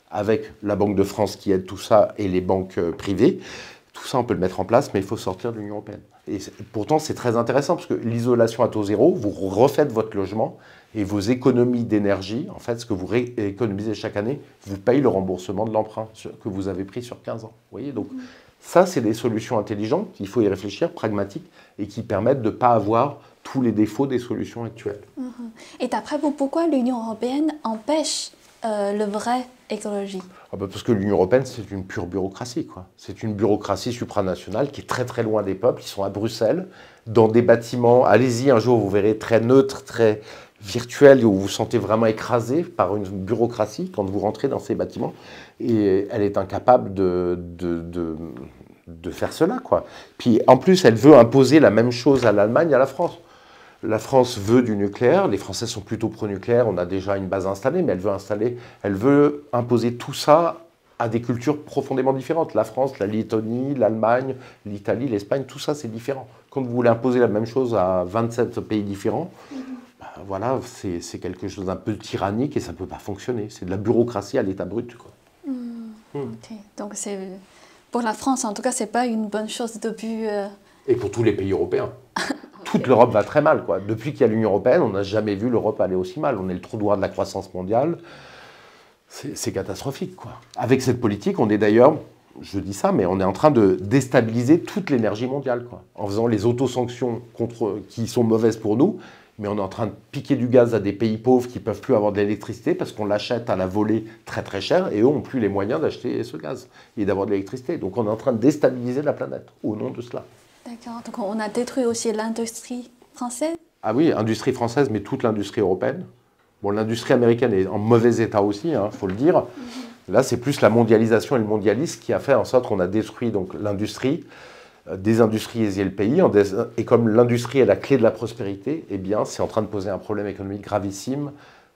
Speaker 1: avec la Banque de France qui aide tout ça et les banques privées. Tout ça, on peut le mettre en place, mais il faut sortir de l'Union européenne. Et pourtant, c'est très intéressant, parce que l'isolation à taux zéro, vous refaites votre logement, et vos économies d'énergie, en fait, ce que vous économisez chaque année, vous payez le remboursement de l'emprunt que vous avez pris sur 15 ans. Vous voyez, donc ça, c'est des solutions intelligentes, il faut y réfléchir, pragmatiques, et qui permettent de ne pas avoir tous les défauts des solutions actuelles.
Speaker 2: Et d'après vous, pourquoi l'Union européenne empêche le vrai écologie?
Speaker 1: Parce que l'Union européenne, c'est une pure bureaucratie, quoi. C'est une bureaucratie supranationale qui est très très loin des peuples. Ils sont à Bruxelles, dans des bâtiments. Allez-y, un jour, vous verrez, très neutres, très virtuels, où vous vous sentez vraiment écrasé par une bureaucratie quand vous rentrez dans ces bâtiments. Et elle est incapable de faire cela, quoi. Puis en plus, elle veut imposer la même chose à l'Allemagne et à la France. La France veut du nucléaire, les Français sont plutôt pro-nucléaire, on a déjà une base installée, mais elle veut imposer tout ça à des cultures profondément différentes. La France, la Lettonie, l'Allemagne, l'Italie, l'Espagne, tout ça c'est différent. Quand vous voulez imposer la même chose à 27 pays différents, voilà, c'est quelque chose d'un peu tyrannique et ça ne peut pas fonctionner. C'est de la bureaucratie à l'état brut, quoi.
Speaker 2: Okay. Donc pour la France, en tout cas, ce n'est pas une bonne chose depuis...
Speaker 1: Et pour tous les pays européens. Toute l'Europe va très mal, quoi. Depuis qu'il y a l'Union européenne, on n'a jamais vu l'Europe aller aussi mal. On est le trou noir de la croissance mondiale. C'est catastrophique, quoi. Avec cette politique, on est d'ailleurs, je dis ça, mais on est en train de déstabiliser toute l'énergie mondiale, quoi. En faisant les autosanctions qui sont mauvaises pour nous, mais on est en train de piquer du gaz à des pays pauvres qui ne peuvent plus avoir de l'électricité parce qu'on l'achète à la volée très très cher et eux n'ont plus les moyens d'acheter ce gaz et d'avoir de l'électricité. Donc on est en train de déstabiliser la planète au nom de cela.
Speaker 2: D'accord, donc on a détruit aussi l'industrie française?
Speaker 1: Ah oui, industrie française, mais toute l'industrie européenne. Bon, l'industrie américaine est en mauvais état aussi, il faut le dire. Là, c'est plus la mondialisation et le mondialisme qui a fait en sorte qu'on a détruit donc l'industrie, désindustrialisé le pays. Et comme l'industrie est la clé de la prospérité, eh bien, c'est en train de poser un problème économique gravissime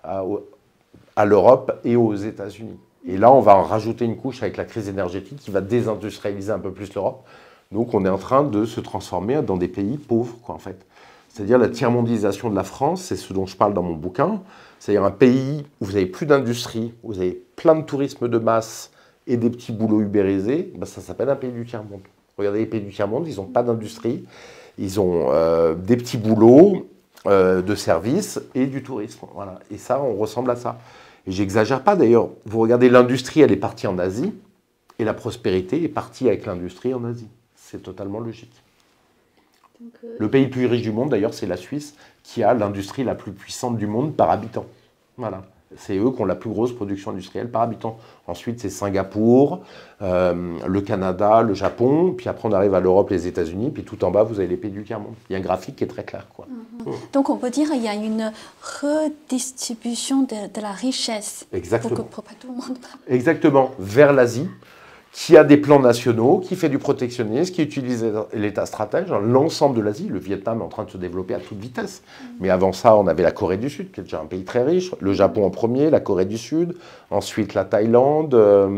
Speaker 1: à l'Europe et aux États-Unis. Et là, on va en rajouter une couche avec la crise énergétique qui va désindustrialiser un peu plus l'Europe. Donc on est en train de se transformer dans des pays pauvres, quoi, en fait. C'est-à-dire la tiers-mondisation de la France, c'est ce dont je parle dans mon bouquin. C'est-à-dire un pays où vous n'avez plus d'industrie, où vous avez plein de tourisme de masse et des petits boulots ubérisés, ben ça s'appelle un pays du tiers-monde. Regardez les pays du tiers-monde, ils n'ont pas d'industrie, ils ont des petits boulots de services et du tourisme. Voilà. Et ça, on ressemble à ça. Et j'exagère pas d'ailleurs. Vous regardez l'industrie, elle est partie en Asie, et la prospérité est partie avec l'industrie en Asie. C'est totalement logique. Donc, le pays le plus riche du monde, d'ailleurs, c'est la Suisse, qui a l'industrie la plus puissante du monde par habitant. Voilà. C'est eux qui ont la plus grosse production industrielle par habitant. Ensuite, c'est Singapour, le Canada, le Japon, puis après on arrive à l'Europe, les États-Unis, puis tout en bas, vous avez les pays du tiers-monde. Il y a un graphique qui est très clair, quoi.
Speaker 2: Donc on peut dire qu'il y a une redistribution de la richesse.
Speaker 1: Exactement.
Speaker 2: Pour pas tout le monde.
Speaker 1: Exactement, vers l'Asie, qui a des plans nationaux, qui fait du protectionnisme, qui utilise l'État stratège. L'ensemble de l'Asie, le Vietnam est en train de se développer à toute vitesse. Mais avant ça, on avait la Corée du Sud, qui est déjà un pays très riche, le Japon en premier, la Corée du Sud, ensuite la Thaïlande,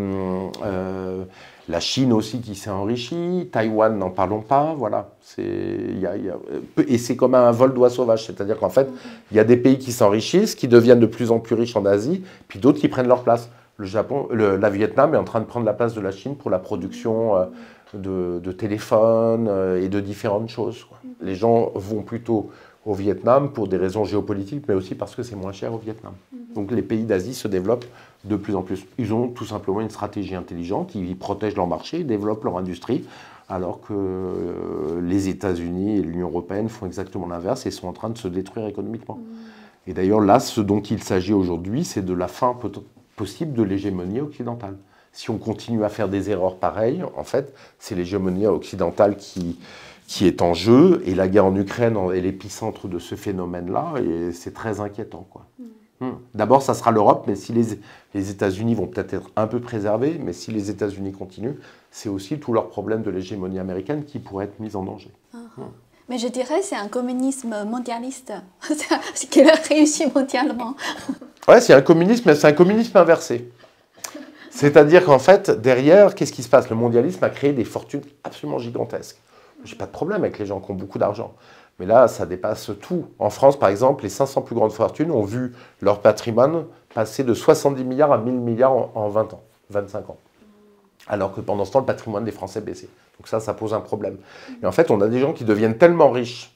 Speaker 1: la Chine aussi qui s'est enrichie, Taïwan, n'en parlons pas, voilà. Et c'est comme un vol d'oies sauvages, c'est-à-dire qu'en fait, il y a des pays qui s'enrichissent, qui deviennent de plus en plus riches en Asie, puis d'autres qui prennent leur place. La Vietnam est en train de prendre la place de la Chine pour la production de téléphones et de différentes choses, quoi. Les gens vont plutôt au Vietnam pour des raisons géopolitiques, mais aussi parce que c'est moins cher au Vietnam. Donc les pays d'Asie se développent de plus en plus. Ils ont tout simplement une stratégie intelligente, ils protègent leur marché, ils développent leur industrie, alors que les États-Unis et l'Union européenne font exactement l'inverse et sont en train de se détruire économiquement. Et d'ailleurs là, ce dont il s'agit aujourd'hui, c'est de la fin possible de l'hégémonie occidentale. Si on continue à faire des erreurs pareilles, en fait, c'est l'hégémonie occidentale qui est en jeu, et la guerre en Ukraine est l'épicentre de ce phénomène-là, et c'est très inquiétant, quoi. D'abord, ça sera l'Europe, mais si les États-Unis vont peut-être être un peu préservés, mais si les États-Unis continuent, c'est aussi tout leur problème de l'hégémonie américaine qui pourrait être mis en danger.
Speaker 2: Mais je dirais que c'est un communisme mondialiste, ce qui a réussi mondialement.
Speaker 1: Ouais, c'est un communisme, mais c'est un communisme inversé. C'est-à-dire qu'en fait, derrière, qu'est-ce qui se passe? Le mondialisme a créé des fortunes absolument gigantesques. Je n'ai pas de problème avec les gens qui ont beaucoup d'argent. Mais là, ça dépasse tout. En France, par exemple, les 500 plus grandes fortunes ont vu leur patrimoine passer de 70 milliards à 1000 milliards en 20 ans, 25 ans. Alors que pendant ce temps, le patrimoine des Français baissait. Donc ça pose un problème. Et en fait, on a des gens qui deviennent tellement riches,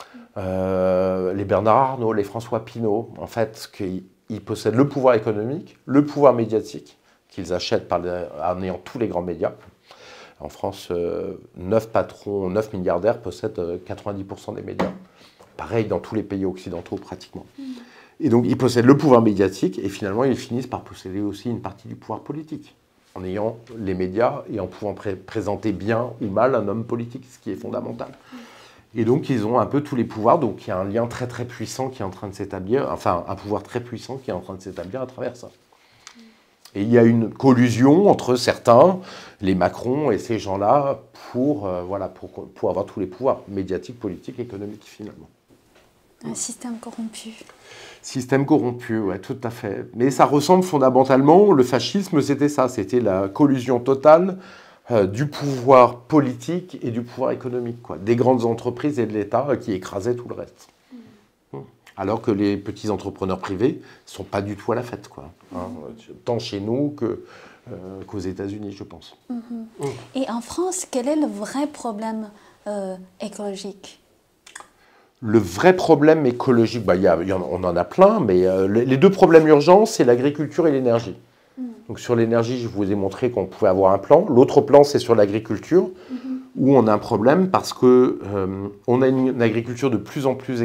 Speaker 1: les Bernard Arnault, les François Pinault, en fait, qu'ils possèdent le pouvoir économique, le pouvoir médiatique, qu'ils achètent en ayant tous les grands médias. En France, 9 patrons, 9 milliardaires possèdent 90% des médias. Pareil dans tous les pays occidentaux, pratiquement. Et donc, ils possèdent le pouvoir médiatique et finalement, ils finissent par posséder aussi une partie du pouvoir politique, en ayant les médias et en pouvant présenter bien ou mal un homme politique, ce qui est fondamental. Et donc, ils ont un peu tous les pouvoirs. Donc, il y a un lien très, très puissant qui est en train de s'établir, enfin, un pouvoir très puissant qui est en train de s'établir à travers ça. Et il y a une collusion entre certains, les Macron et ces gens-là, pour avoir tous les pouvoirs médiatiques, politiques, économiques, finalement.
Speaker 2: Un système corrompu.
Speaker 1: Système corrompu, oui, tout à fait. Mais ça ressemble fondamentalement, le fascisme, c'était ça, c'était la collusion totale du pouvoir politique et du pouvoir économique, quoi. Des grandes entreprises et de l'État qui écrasaient tout le reste. Alors que les petits entrepreneurs privés ne sont pas du tout à la fête, quoi. Tant chez nous qu'aux États-Unis, je pense.
Speaker 2: Et en France, quel est le vrai problème écologique ?
Speaker 1: Le vrai problème écologique, on en a plein, mais les deux problèmes urgents, c'est l'agriculture et l'énergie. Donc sur l'énergie, je vous ai montré qu'on pouvait avoir un plan. L'autre plan, c'est sur l'agriculture, où on a un problème parce que on a une agriculture de plus en plus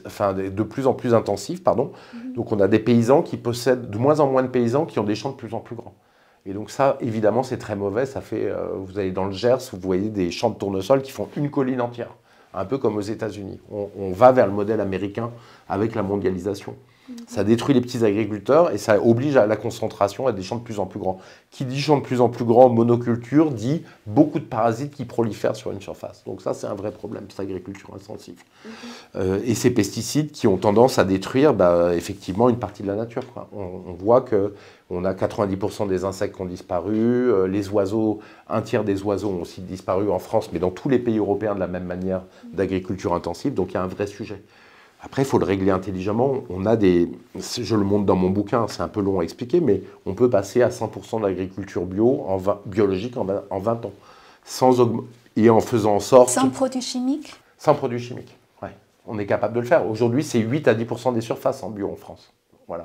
Speaker 1: intensive, pardon. Donc on a des paysans qui possèdent de moins en moins de paysans qui ont des champs de plus en plus grands. Et donc ça, évidemment, c'est très mauvais. Ça fait, vous allez dans le Gers, vous voyez des champs de tournesol qui font une colline entière. Un peu comme aux États-Unis. On va vers le modèle américain avec la mondialisation. Ça détruit les petits agriculteurs et ça oblige à la concentration à des champs de plus en plus grands. Qui dit champs de plus en plus grands, monoculture, dit beaucoup de parasites qui prolifèrent sur une surface. Donc ça, c'est un vrai problème, cette agriculture intensive. Et ces pesticides qui ont tendance à détruire effectivement une partie de la nature, quoi. On voit qu'on a 90% des insectes qui ont disparu, les oiseaux, un tiers des oiseaux ont aussi disparu en France, mais dans tous les pays européens de la même manière d'agriculture intensive, donc il y a un vrai sujet. Après, il faut le régler intelligemment. On a je le montre dans mon bouquin, c'est un peu long à expliquer, mais on peut passer à 100% de l'agriculture biologique en 20 ans. Et en faisant en sorte...
Speaker 2: Sans produits chimiques ?
Speaker 1: Sans produits chimiques, ouais. On est capable de le faire. Aujourd'hui, c'est 8 à 10% des surfaces en bio en France. Voilà.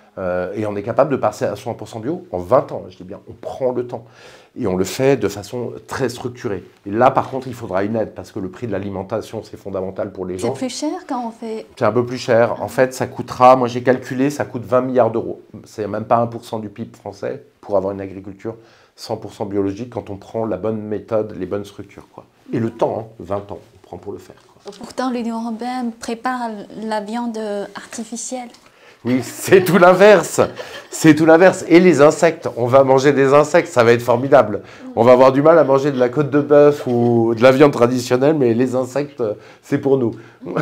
Speaker 1: Et on est capable de passer à 100% bio en 20 ans, je dis bien. On prend le temps. Et on le fait de façon très structurée. Et là, par contre, il faudra une aide, parce que le prix de l'alimentation, c'est fondamental pour les gens.
Speaker 2: C'est plus cher quand on fait...
Speaker 1: C'est un peu plus cher. En fait, ça coûtera, moi j'ai calculé, ça coûte 20 milliards d'euros. C'est même pas 1% du PIB français pour avoir une agriculture 100% biologique quand on prend la bonne méthode, les bonnes structures, quoi. Et le temps, 20 ans, on prend pour le faire, quoi.
Speaker 2: Pourtant, l'Union européenne prépare la viande artificielle.
Speaker 1: Oui, c'est tout l'inverse. C'est tout l'inverse. Et les insectes, on va manger des insectes, ça va être formidable. On va avoir du mal à manger de la côte de bœuf ou de la viande traditionnelle, mais les insectes, c'est pour nous.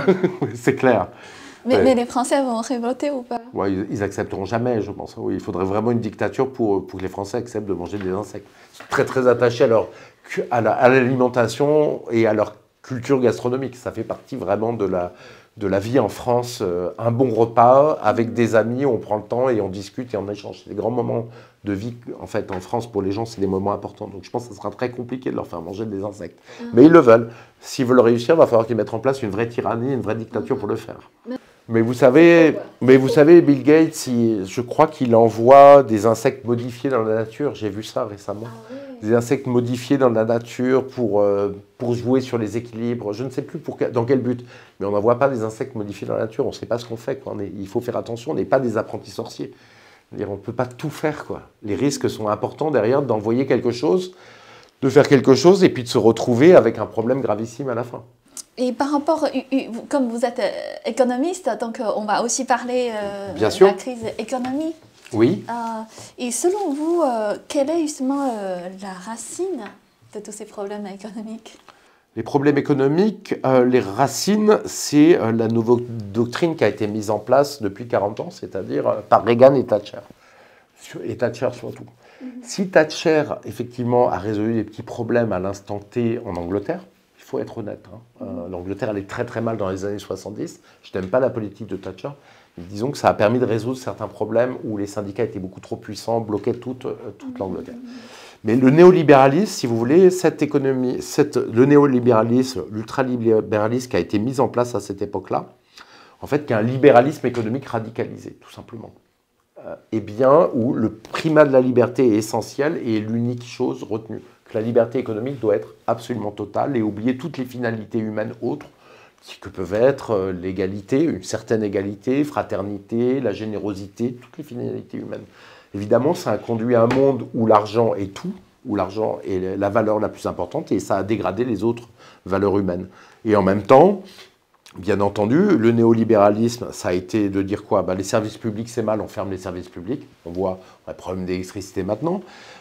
Speaker 1: C'est clair.
Speaker 2: Mais les Français vont révolter ou pas?
Speaker 1: Ouais, ils accepteront jamais, je pense. Oui, il faudrait vraiment une dictature pour que les Français acceptent de manger des insectes. Ils sont très, très attachés à l'alimentation et à leur culture gastronomique. Ça fait partie vraiment de la vie en France. Un bon repas avec des amis, on prend le temps et on discute et on échange. C'est des grands moments de vie, en fait, en France, pour les gens, c'est des moments importants. Donc je pense que ça sera très compliqué de leur faire manger des insectes. Mais ils le veulent. S'ils veulent réussir, il va falloir qu'ils mettent en place une vraie tyrannie, une vraie dictature pour le faire. Mais vous savez, Bill Gates, je crois qu'il envoie des insectes modifiés dans la nature. J'ai vu ça récemment. Des insectes modifiés dans la nature pour jouer sur les équilibres. Je ne sais plus dans quel but. Mais on n'envoie pas des insectes modifiés dans la nature. On ne sait pas ce qu'on fait, quoi. Il faut faire attention. On n'est pas des apprentis sorciers. On ne peut pas tout faire, quoi. Les risques sont importants derrière d'envoyer quelque chose, de faire quelque chose et puis de se retrouver avec un problème gravissime à la fin.
Speaker 2: Et par rapport, comme vous êtes économiste, donc on va aussi parler de la crise économique.
Speaker 1: Oui.
Speaker 2: Et selon vous, quelle est justement la racine de tous ces problèmes économiques?
Speaker 1: Les problèmes économiques, les racines, c'est la nouvelle doctrine qui a été mise en place depuis 40 ans, c'est-à-dire par Reagan et Thatcher. Et Thatcher surtout. Si Thatcher, effectivement, a résolu les petits problèmes à l'instant T en Angleterre, il faut être honnête. L'Angleterre allait très très mal dans les années 70. Je n'aime pas la politique de Thatcher. Disons que ça a permis de résoudre certains problèmes où les syndicats étaient beaucoup trop puissants, bloquaient toute l'Angleterre. Mais le néolibéralisme, si vous voulez, le néolibéralisme, l'ultralibéralisme qui a été mis en place à cette époque-là, en fait, qui est un libéralisme économique radicalisé, tout simplement. Et bien, où le primat de la liberté est essentiel et est l'unique chose retenue. Que la liberté économique doit être absolument totale et oublier toutes les finalités humaines autres, que peuvent être l'égalité, une certaine égalité, fraternité, la générosité, toutes les finalités humaines. Évidemment, ça a conduit à un monde où l'argent est tout, où l'argent est la valeur la plus importante, et ça a dégradé les autres valeurs humaines. Et en même temps, bien entendu, le néolibéralisme, ça a été de dire quoi? Les services publics, c'est mal, on ferme les services publics. On voit le problème d'électricité maintenant.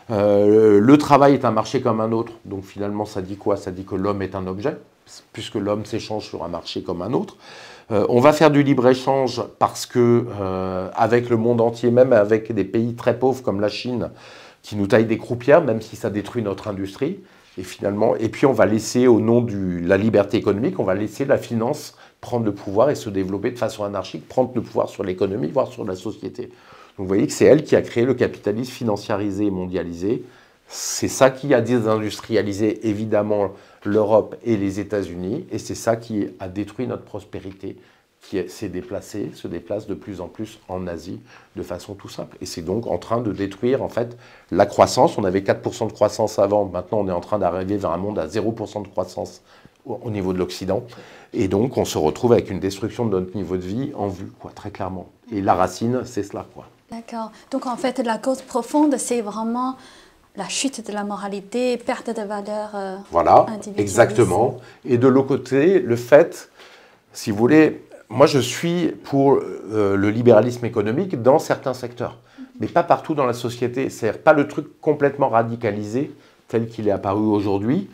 Speaker 1: Le travail est un marché comme un autre. Donc finalement, ça dit quoi? Ça dit que l'homme est un objet, puisque l'homme s'échange sur un marché comme un autre. On va faire du libre-échange parce que, avec le monde entier, même avec des pays très pauvres comme la Chine, qui nous taillent des croupières, même si ça détruit notre industrie. Et puis on va laisser, au nom de la liberté économique, on va laisser la finance prendre le pouvoir et se développer de façon anarchique, prendre le pouvoir sur l'économie, voire sur la société. Donc vous voyez que c'est elle qui a créé le capitalisme financiarisé et mondialisé. C'est ça qui a désindustrialisé évidemment l'Europe et les États-Unis, et c'est ça qui a détruit notre prospérité, qui se déplace de plus en plus en Asie de façon tout simple. Et c'est donc en train de détruire en fait la croissance. On avait 4% de croissance avant, maintenant on est en train d'arriver vers un monde à 0% de croissance au niveau de l'Occident. Et donc on se retrouve avec une destruction de notre niveau de vie en vue, quoi, très clairement. Et la racine, c'est cela, quoi.
Speaker 2: D'accord. Donc en fait, la cause profonde, c'est vraiment la chute de la moralité, perte de valeurs
Speaker 1: voilà, exactement. Et de l'autre côté, le fait, si vous voulez, moi je suis pour le libéralisme économique dans certains secteurs, mais pas partout dans la société. C'est-à-dire pas le truc complètement radicalisé tel qu'il est apparu aujourd'hui.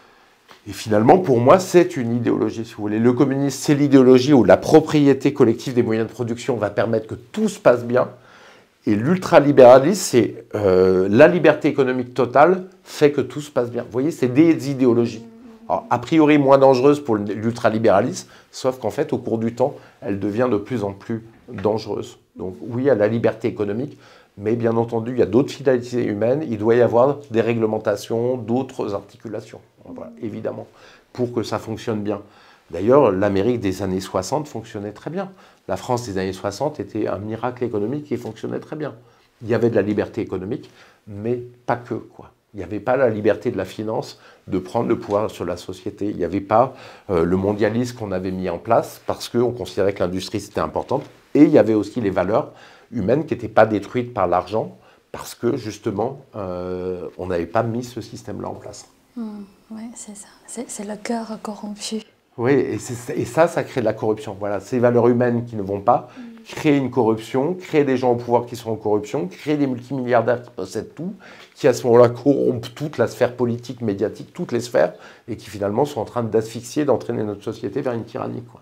Speaker 1: Et finalement, pour moi, c'est une idéologie, si vous voulez. Le communisme, c'est l'idéologie où la propriété collective des moyens de production va permettre que tout se passe bien. Et l'ultralibéralisme, c'est la liberté économique totale fait que tout se passe bien. Vous voyez, c'est des idéologies. Alors, a priori moins dangereuse pour l'ultralibéralisme, sauf qu'en fait, au cours du temps, elle devient de plus en plus dangereuse. Donc oui, il y a la liberté économique, mais bien entendu, il y a d'autres finalités humaines. Il doit y avoir des réglementations, d'autres articulations, voilà, évidemment, pour que ça fonctionne bien. D'ailleurs, l'Amérique des années 60 fonctionnait très bien. La France des années 60 était un miracle économique qui fonctionnait très bien. Il y avait de la liberté économique, mais pas que, quoi. Il n'y avait pas la liberté de la finance de prendre le pouvoir sur la société. Il n'y avait pas le mondialisme qu'on avait mis en place parce qu'on considérait que l'industrie c'était importante. Et il y avait aussi les valeurs humaines qui n'étaient pas détruites par l'argent parce que justement on n'avait pas mis ce système-là en place.
Speaker 2: Oui, c'est ça. C'est le cœur corrompu.
Speaker 1: Oui, et ça crée de la corruption. Voilà, ces valeurs humaines qui ne vont pas créer une corruption, créer des gens au pouvoir qui sont en corruption, créer des multimilliardaires qui possèdent tout, qui à ce moment-là corrompent toute la sphère politique, médiatique, toutes les sphères, et qui finalement sont en train d'asphyxier, d'entraîner notre société vers une tyrannie, quoi.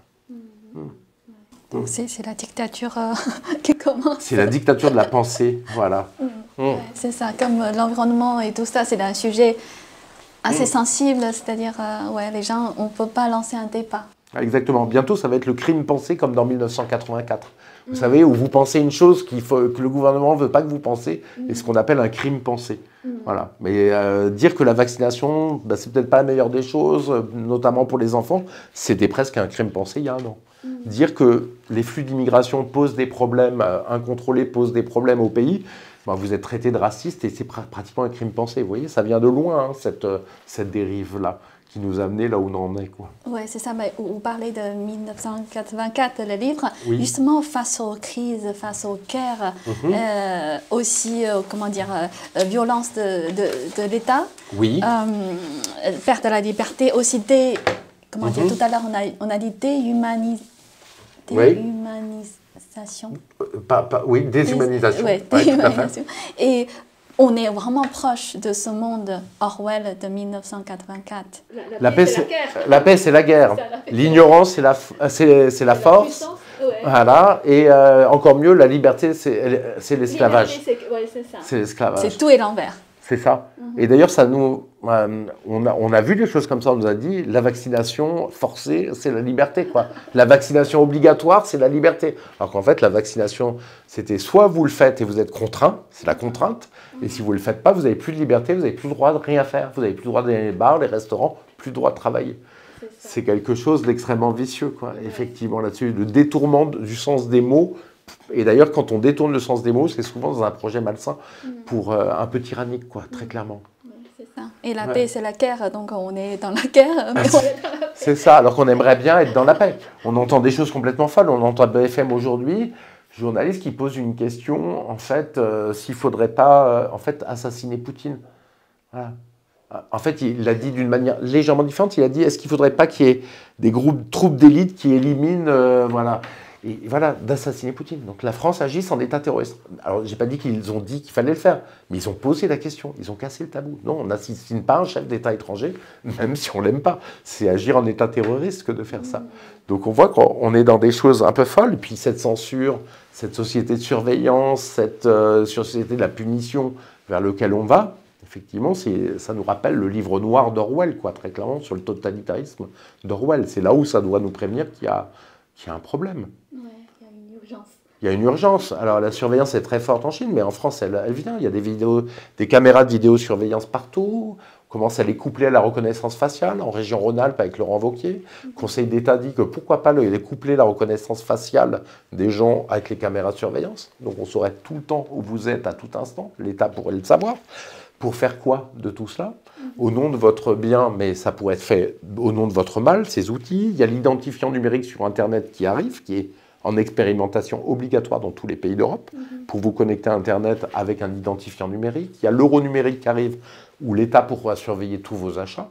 Speaker 2: Donc c'est la dictature qui commence. C'est
Speaker 1: la dictature de la pensée, voilà.
Speaker 2: C'est ça, comme l'environnement et tout ça, c'est un sujet assez sensible, c'est-à-dire, les gens, on ne peut pas lancer un débat.
Speaker 1: Exactement. Bientôt, ça va être le crime pensé comme dans 1984. Vous savez, où vous pensez une chose que le gouvernement ne veut pas que vous pensiez, et ce qu'on appelle un crime pensé. Voilà. Mais dire que la vaccination, c'est peut-être pas la meilleure des choses, notamment pour les enfants, c'était presque un crime pensé il y a un an. Dire que les flux d'immigration posent des problèmes, incontrôlés posent des problèmes au pays, vous êtes traité de raciste et c'est pratiquement un crime pensé. Vous voyez, ça vient de loin, hein, cette dérive-là, qui nous a amenés là où on en est, quoi.
Speaker 2: Oui, c'est ça. Mais vous parlez de 1984, le livre.
Speaker 1: Oui.
Speaker 2: Justement, face aux crises, face aux guerres, aussi, violence de l'État, perte de la liberté, aussi tout à l'heure, on a dit déhumanisation.
Speaker 1: Oui, déshumanisation.
Speaker 2: Déshumanisation. Et on est vraiment proche de ce monde Orwell de 1984.
Speaker 1: La paix, c'est la guerre. L'ignorance, c'est la force. Voilà. Et encore mieux, la liberté, c'est l'esclavage.
Speaker 2: C'est
Speaker 1: l'esclavage.
Speaker 2: C'est tout et l'envers.
Speaker 1: C'est ça. Et d'ailleurs, ça nous, on a vu des choses comme ça. On nous a dit la vaccination forcée, c'est la liberté, quoi. La vaccination obligatoire, c'est la liberté. Alors qu'en fait, la vaccination, c'était soit vous le faites et vous êtes contraint, c'est la contrainte. Et si vous ne le faites pas, vous n'avez plus de liberté, vous n'avez plus le droit de rien faire. Vous n'avez plus le droit d'aller dans les bars, les restaurants, plus le droit de travailler. C'est quelque chose d'extrêmement vicieux, quoi. Effectivement, là-dessus, le détournement du sens des mots. Et d'ailleurs, quand on détourne le sens des mots, c'est souvent dans un projet malsain pour un peu tyrannique, quoi, très clairement.
Speaker 2: C'est ça. Et la paix, c'est la guerre, donc on est dans la guerre. Mais
Speaker 1: c'est ça, alors qu'on aimerait bien être dans la paix. On entend des choses complètement folles. On entend BFM aujourd'hui, journaliste qui pose une question, en fait, s'il ne faudrait pas en fait, assassiner Poutine. Voilà. En fait, il l'a dit d'une manière légèrement différente. Il a dit, est-ce qu'il ne faudrait pas qu'il y ait des groupes, troupes d'élite qui éliminent, voilà. Et voilà, d'assassiner Poutine. Donc la France agit en état terroriste. Alors, je n'ai pas dit qu'ils ont dit qu'il fallait le faire, mais ils ont posé la question, ils ont cassé le tabou. Non, on n'assassine pas un chef d'État étranger, même si on ne l'aime pas. C'est agir en état terroriste que de faire ça. Donc on voit qu'on est dans des choses un peu folles, et puis cette censure, cette société de surveillance, cette société de la punition vers laquelle on va, effectivement, ça nous rappelle le livre noir d'Orwell, quoi, très clairement, sur le totalitarisme d'Orwell. C'est là où ça doit nous prévenir qu'il y a un problème.
Speaker 2: Ouais, il y a une urgence.
Speaker 1: Il y a une urgence. Alors la surveillance est très forte en Chine, mais en France, elle vient. Il y a des caméras de vidéosurveillance partout. On commence à les coupler à la reconnaissance faciale. En région Rhône-Alpes, avec Laurent Wauquiez, le Conseil d'État dit que pourquoi pas les coupler la reconnaissance faciale des gens avec les caméras de surveillance. Donc on saurait tout le temps où vous êtes à tout instant. L'État pourrait le savoir. Pour faire quoi de tout cela? Au nom de votre bien, mais ça pourrait être fait au nom de votre mal, ces outils. Il y a l'identifiant numérique sur Internet qui arrive, qui est en expérimentation obligatoire dans tous les pays d'Europe, pour vous connecter à Internet avec un identifiant numérique. Il y a l'euro numérique qui arrive, où l'État pourra surveiller tous vos achats.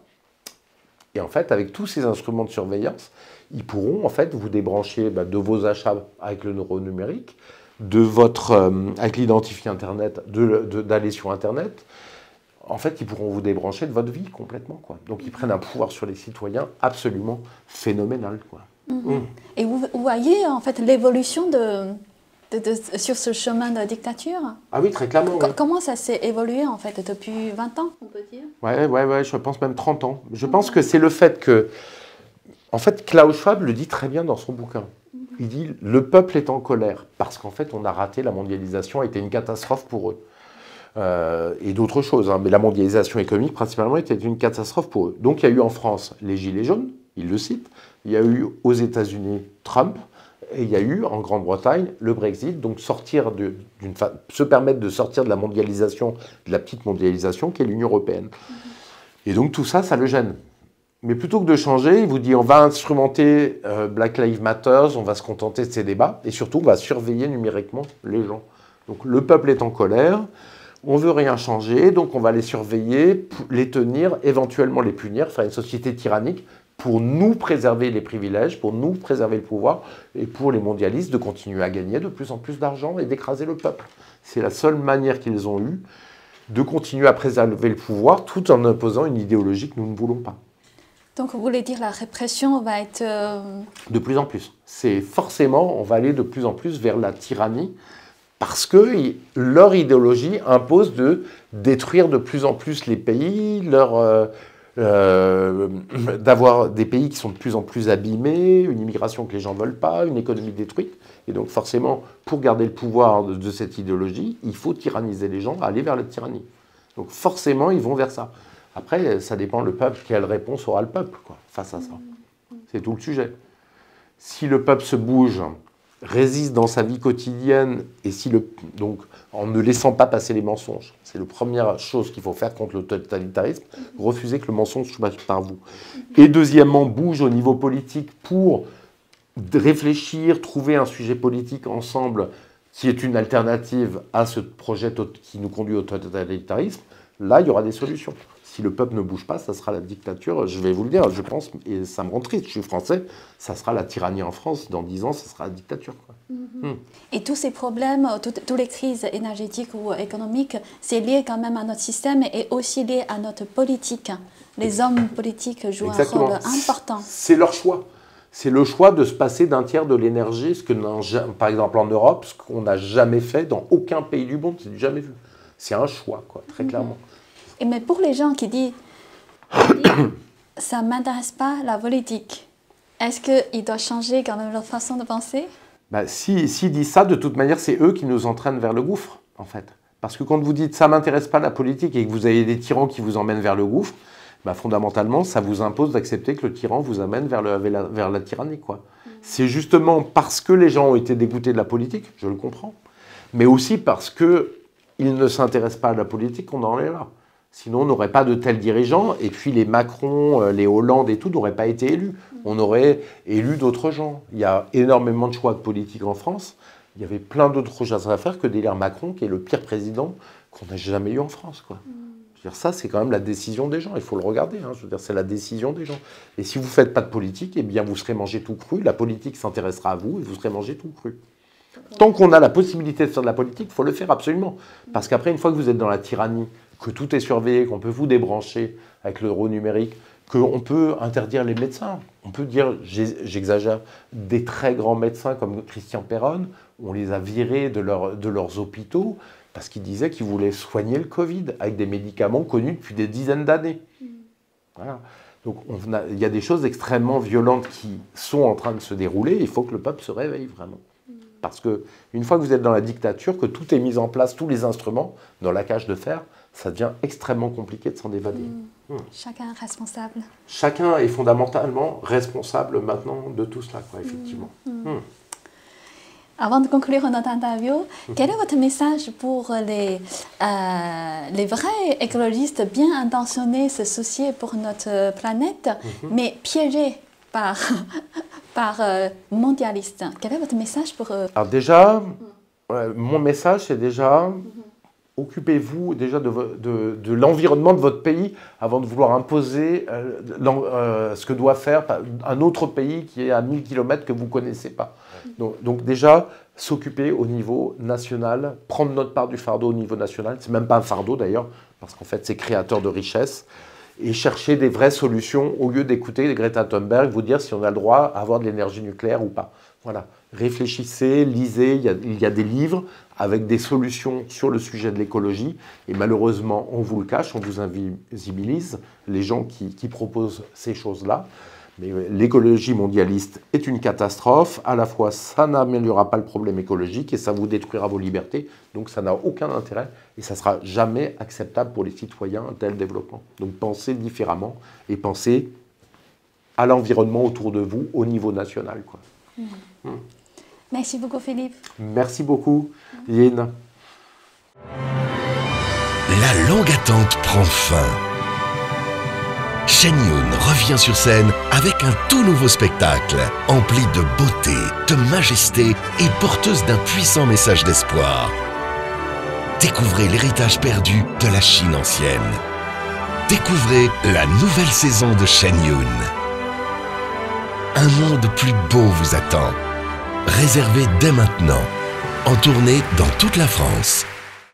Speaker 1: Et en fait, avec tous ces instruments de surveillance, ils pourront en fait vous débrancher de vos achats avec le euro numérique, avec l'identifiant Internet, d'aller sur Internet. En fait, ils pourront vous débrancher de votre vie complètement, quoi. Donc, ils prennent un pouvoir sur les citoyens absolument phénoménal, quoi.
Speaker 2: Et vous voyez, en fait, l'évolution sur ce chemin de dictature?
Speaker 1: Ah oui, très clairement. Oui.
Speaker 2: Comment ça s'est évolué, en fait, depuis 20 ans, on peut dire?
Speaker 1: Ouais, je pense même 30 ans. Je pense que c'est le fait que... En fait, Klaus Schwab le dit très bien dans son bouquin. Il dit « Le peuple est en colère, parce qu'en fait, on a raté la mondialisation, a été une catastrophe pour eux. » Et d'autres choses, hein, mais la mondialisation économique principalement était une catastrophe pour eux. Donc il y a eu en France les Gilets jaunes, il le cite, il y a eu aux États-Unis Trump, et il y a eu en Grande-Bretagne le Brexit, donc se permettre de sortir de la mondialisation, de la petite mondialisation qu'est l'Union européenne. Et donc tout ça, ça le gêne. Mais plutôt que de changer, il vous dit on va instrumenter Black Lives Matter, on va se contenter de ces débats, et surtout on va surveiller numériquement les gens. Donc le peuple est en colère. On ne veut rien changer, donc on va les surveiller, les tenir, éventuellement les punir, faire une société tyrannique pour nous préserver les privilèges, pour nous préserver le pouvoir et pour les mondialistes de continuer à gagner de plus en plus d'argent et d'écraser le peuple. C'est la seule manière qu'ils ont eue de continuer à préserver le pouvoir tout en imposant une idéologie que nous ne voulons pas.
Speaker 2: Donc vous voulez dire la répression va être...
Speaker 1: De plus en plus. C'est forcément, on va aller de plus en plus vers la tyrannie, parce que leur idéologie impose de détruire de plus en plus les pays, d'avoir des pays qui sont de plus en plus abîmés, une immigration que les gens ne veulent pas, une économie détruite. Et donc forcément, pour garder le pouvoir de cette idéologie, il faut tyranniser les gens, aller vers la tyrannie. Donc forcément, ils vont vers ça. Après, ça dépend le peuple, quelle réponse aura le peuple face à ça. C'est tout le sujet. Si le peuple se bouge, résiste dans sa vie quotidienne, et donc en ne laissant pas passer les mensonges. C'est la première chose qu'il faut faire contre le totalitarisme, refuser que le mensonge passe par vous. Et deuxièmement, bouge au niveau politique pour réfléchir, trouver un sujet politique ensemble qui est une alternative à ce projet qui nous conduit au totalitarisme. Là, il y aura des solutions. Si le peuple ne bouge pas, ça sera la dictature. Je vais vous le dire, je pense, et ça me rend triste, je suis français, ça sera la tyrannie en France. Dans 10 ans, ça sera la dictature.
Speaker 2: Et tous ces problèmes, toutes les crises énergétiques ou économiques, c'est lié quand même à notre système et aussi lié à notre politique. Les hommes politiques jouent un rôle important.
Speaker 1: C'est leur choix. C'est le choix de se passer d'un tiers de l'énergie, par exemple en Europe, ce qu'on n'a jamais fait dans aucun pays du monde, c'est jamais vu. C'est un choix, très clairement.
Speaker 2: Mais pour les gens qui disent ça ne m'intéresse pas la politique, est-ce qu'ils doivent changer quand même leur façon de penser?
Speaker 1: S'ils disent ça, de toute manière, c'est eux qui nous entraînent vers le gouffre, en fait. Parce que quand vous dites ça ne m'intéresse pas la politique et que vous avez des tyrans qui vous emmènent vers le gouffre, fondamentalement, ça vous impose d'accepter que le tyran vous amène vers la tyrannie, quoi. C'est justement parce que les gens ont été dégoûtés de la politique, je le comprends, mais aussi parce qu'ils ne s'intéressent pas à la politique qu'on en est là. Sinon, on n'aurait pas de tels dirigeants, et puis les Macron, les Hollande et tout n'auraient pas été élus. On aurait élu d'autres gens. Il y a énormément de choix de politique en France. Il y avait plein d'autres choses à faire que d'élire Macron, qui est le pire président qu'on n'a jamais eu en France, quoi. Je veux dire, ça, c'est quand même la décision des gens. Il faut le regarder. Hein. Je veux dire, c'est la décision des gens. Et si vous ne faites pas de politique, eh bien, vous serez mangé tout cru. La politique s'intéressera à vous et vous serez mangé tout cru. Tant qu'on a la possibilité de faire de la politique, il faut le faire absolument. Parce qu'après, une fois que vous êtes dans la tyrannie, que tout est surveillé, qu'on peut vous débrancher avec l'euro numérique, qu'on peut interdire les médecins. On peut dire, j'exagère, des très grands médecins comme Christian Perron, on les a virés de leurs hôpitaux parce qu'ils disaient qu'ils voulaient soigner le Covid avec des médicaments connus depuis des dizaines d'années. Voilà. Donc il y a des choses extrêmement violentes qui sont en train de se dérouler. Il faut que le peuple se réveille vraiment. Parce qu'une fois que vous êtes dans la dictature, que tout est mis en place, tous les instruments, dans la cage de fer, ça devient extrêmement compliqué de s'en évader.
Speaker 2: Chacun est responsable.
Speaker 1: Chacun est fondamentalement responsable maintenant de tout cela, quoi, effectivement.
Speaker 2: Avant de conclure notre interview, quel est votre message pour les vrais écologistes bien intentionnés, se soucier pour notre planète, mais piégés par mondialistes? Quel est votre message pour eux? Alors déjà,
Speaker 1: mon message, c'est déjà... Occupez-vous déjà de l'environnement de votre pays avant de vouloir imposer ce que doit faire un autre pays qui est à 1000 km que vous ne connaissez pas. Donc déjà, s'occuper au niveau national, prendre notre part du fardeau au niveau national, c'est même pas un fardeau d'ailleurs, parce qu'en fait c'est créateur de richesse, et chercher des vraies solutions au lieu d'écouter Greta Thunberg vous dire si on a le droit à avoir de l'énergie nucléaire ou pas. Voilà. Réfléchissez, lisez, il y a des livres avec des solutions sur le sujet de l'écologie. Et malheureusement, on vous le cache, on vous invisibilise les gens qui proposent ces choses-là. Mais l'écologie mondialiste est une catastrophe. À la fois, ça n'améliorera pas le problème écologique et ça vous détruira vos libertés. Donc ça n'a aucun intérêt et ça ne sera jamais acceptable pour les citoyens un tel développement. Donc pensez différemment et pensez à l'environnement autour de vous au niveau national, quoi.
Speaker 2: Merci beaucoup, Philippe.
Speaker 1: Merci beaucoup, Yin.
Speaker 3: La longue attente prend fin. Shen Yun revient sur scène avec un tout nouveau spectacle, empli de beauté, de majesté et porteuse d'un puissant message d'espoir. Découvrez l'héritage perdu de la Chine ancienne. Découvrez la nouvelle saison de Shen Yun. Un monde plus beau vous attend. Réservé dès maintenant, en tournée dans toute la France.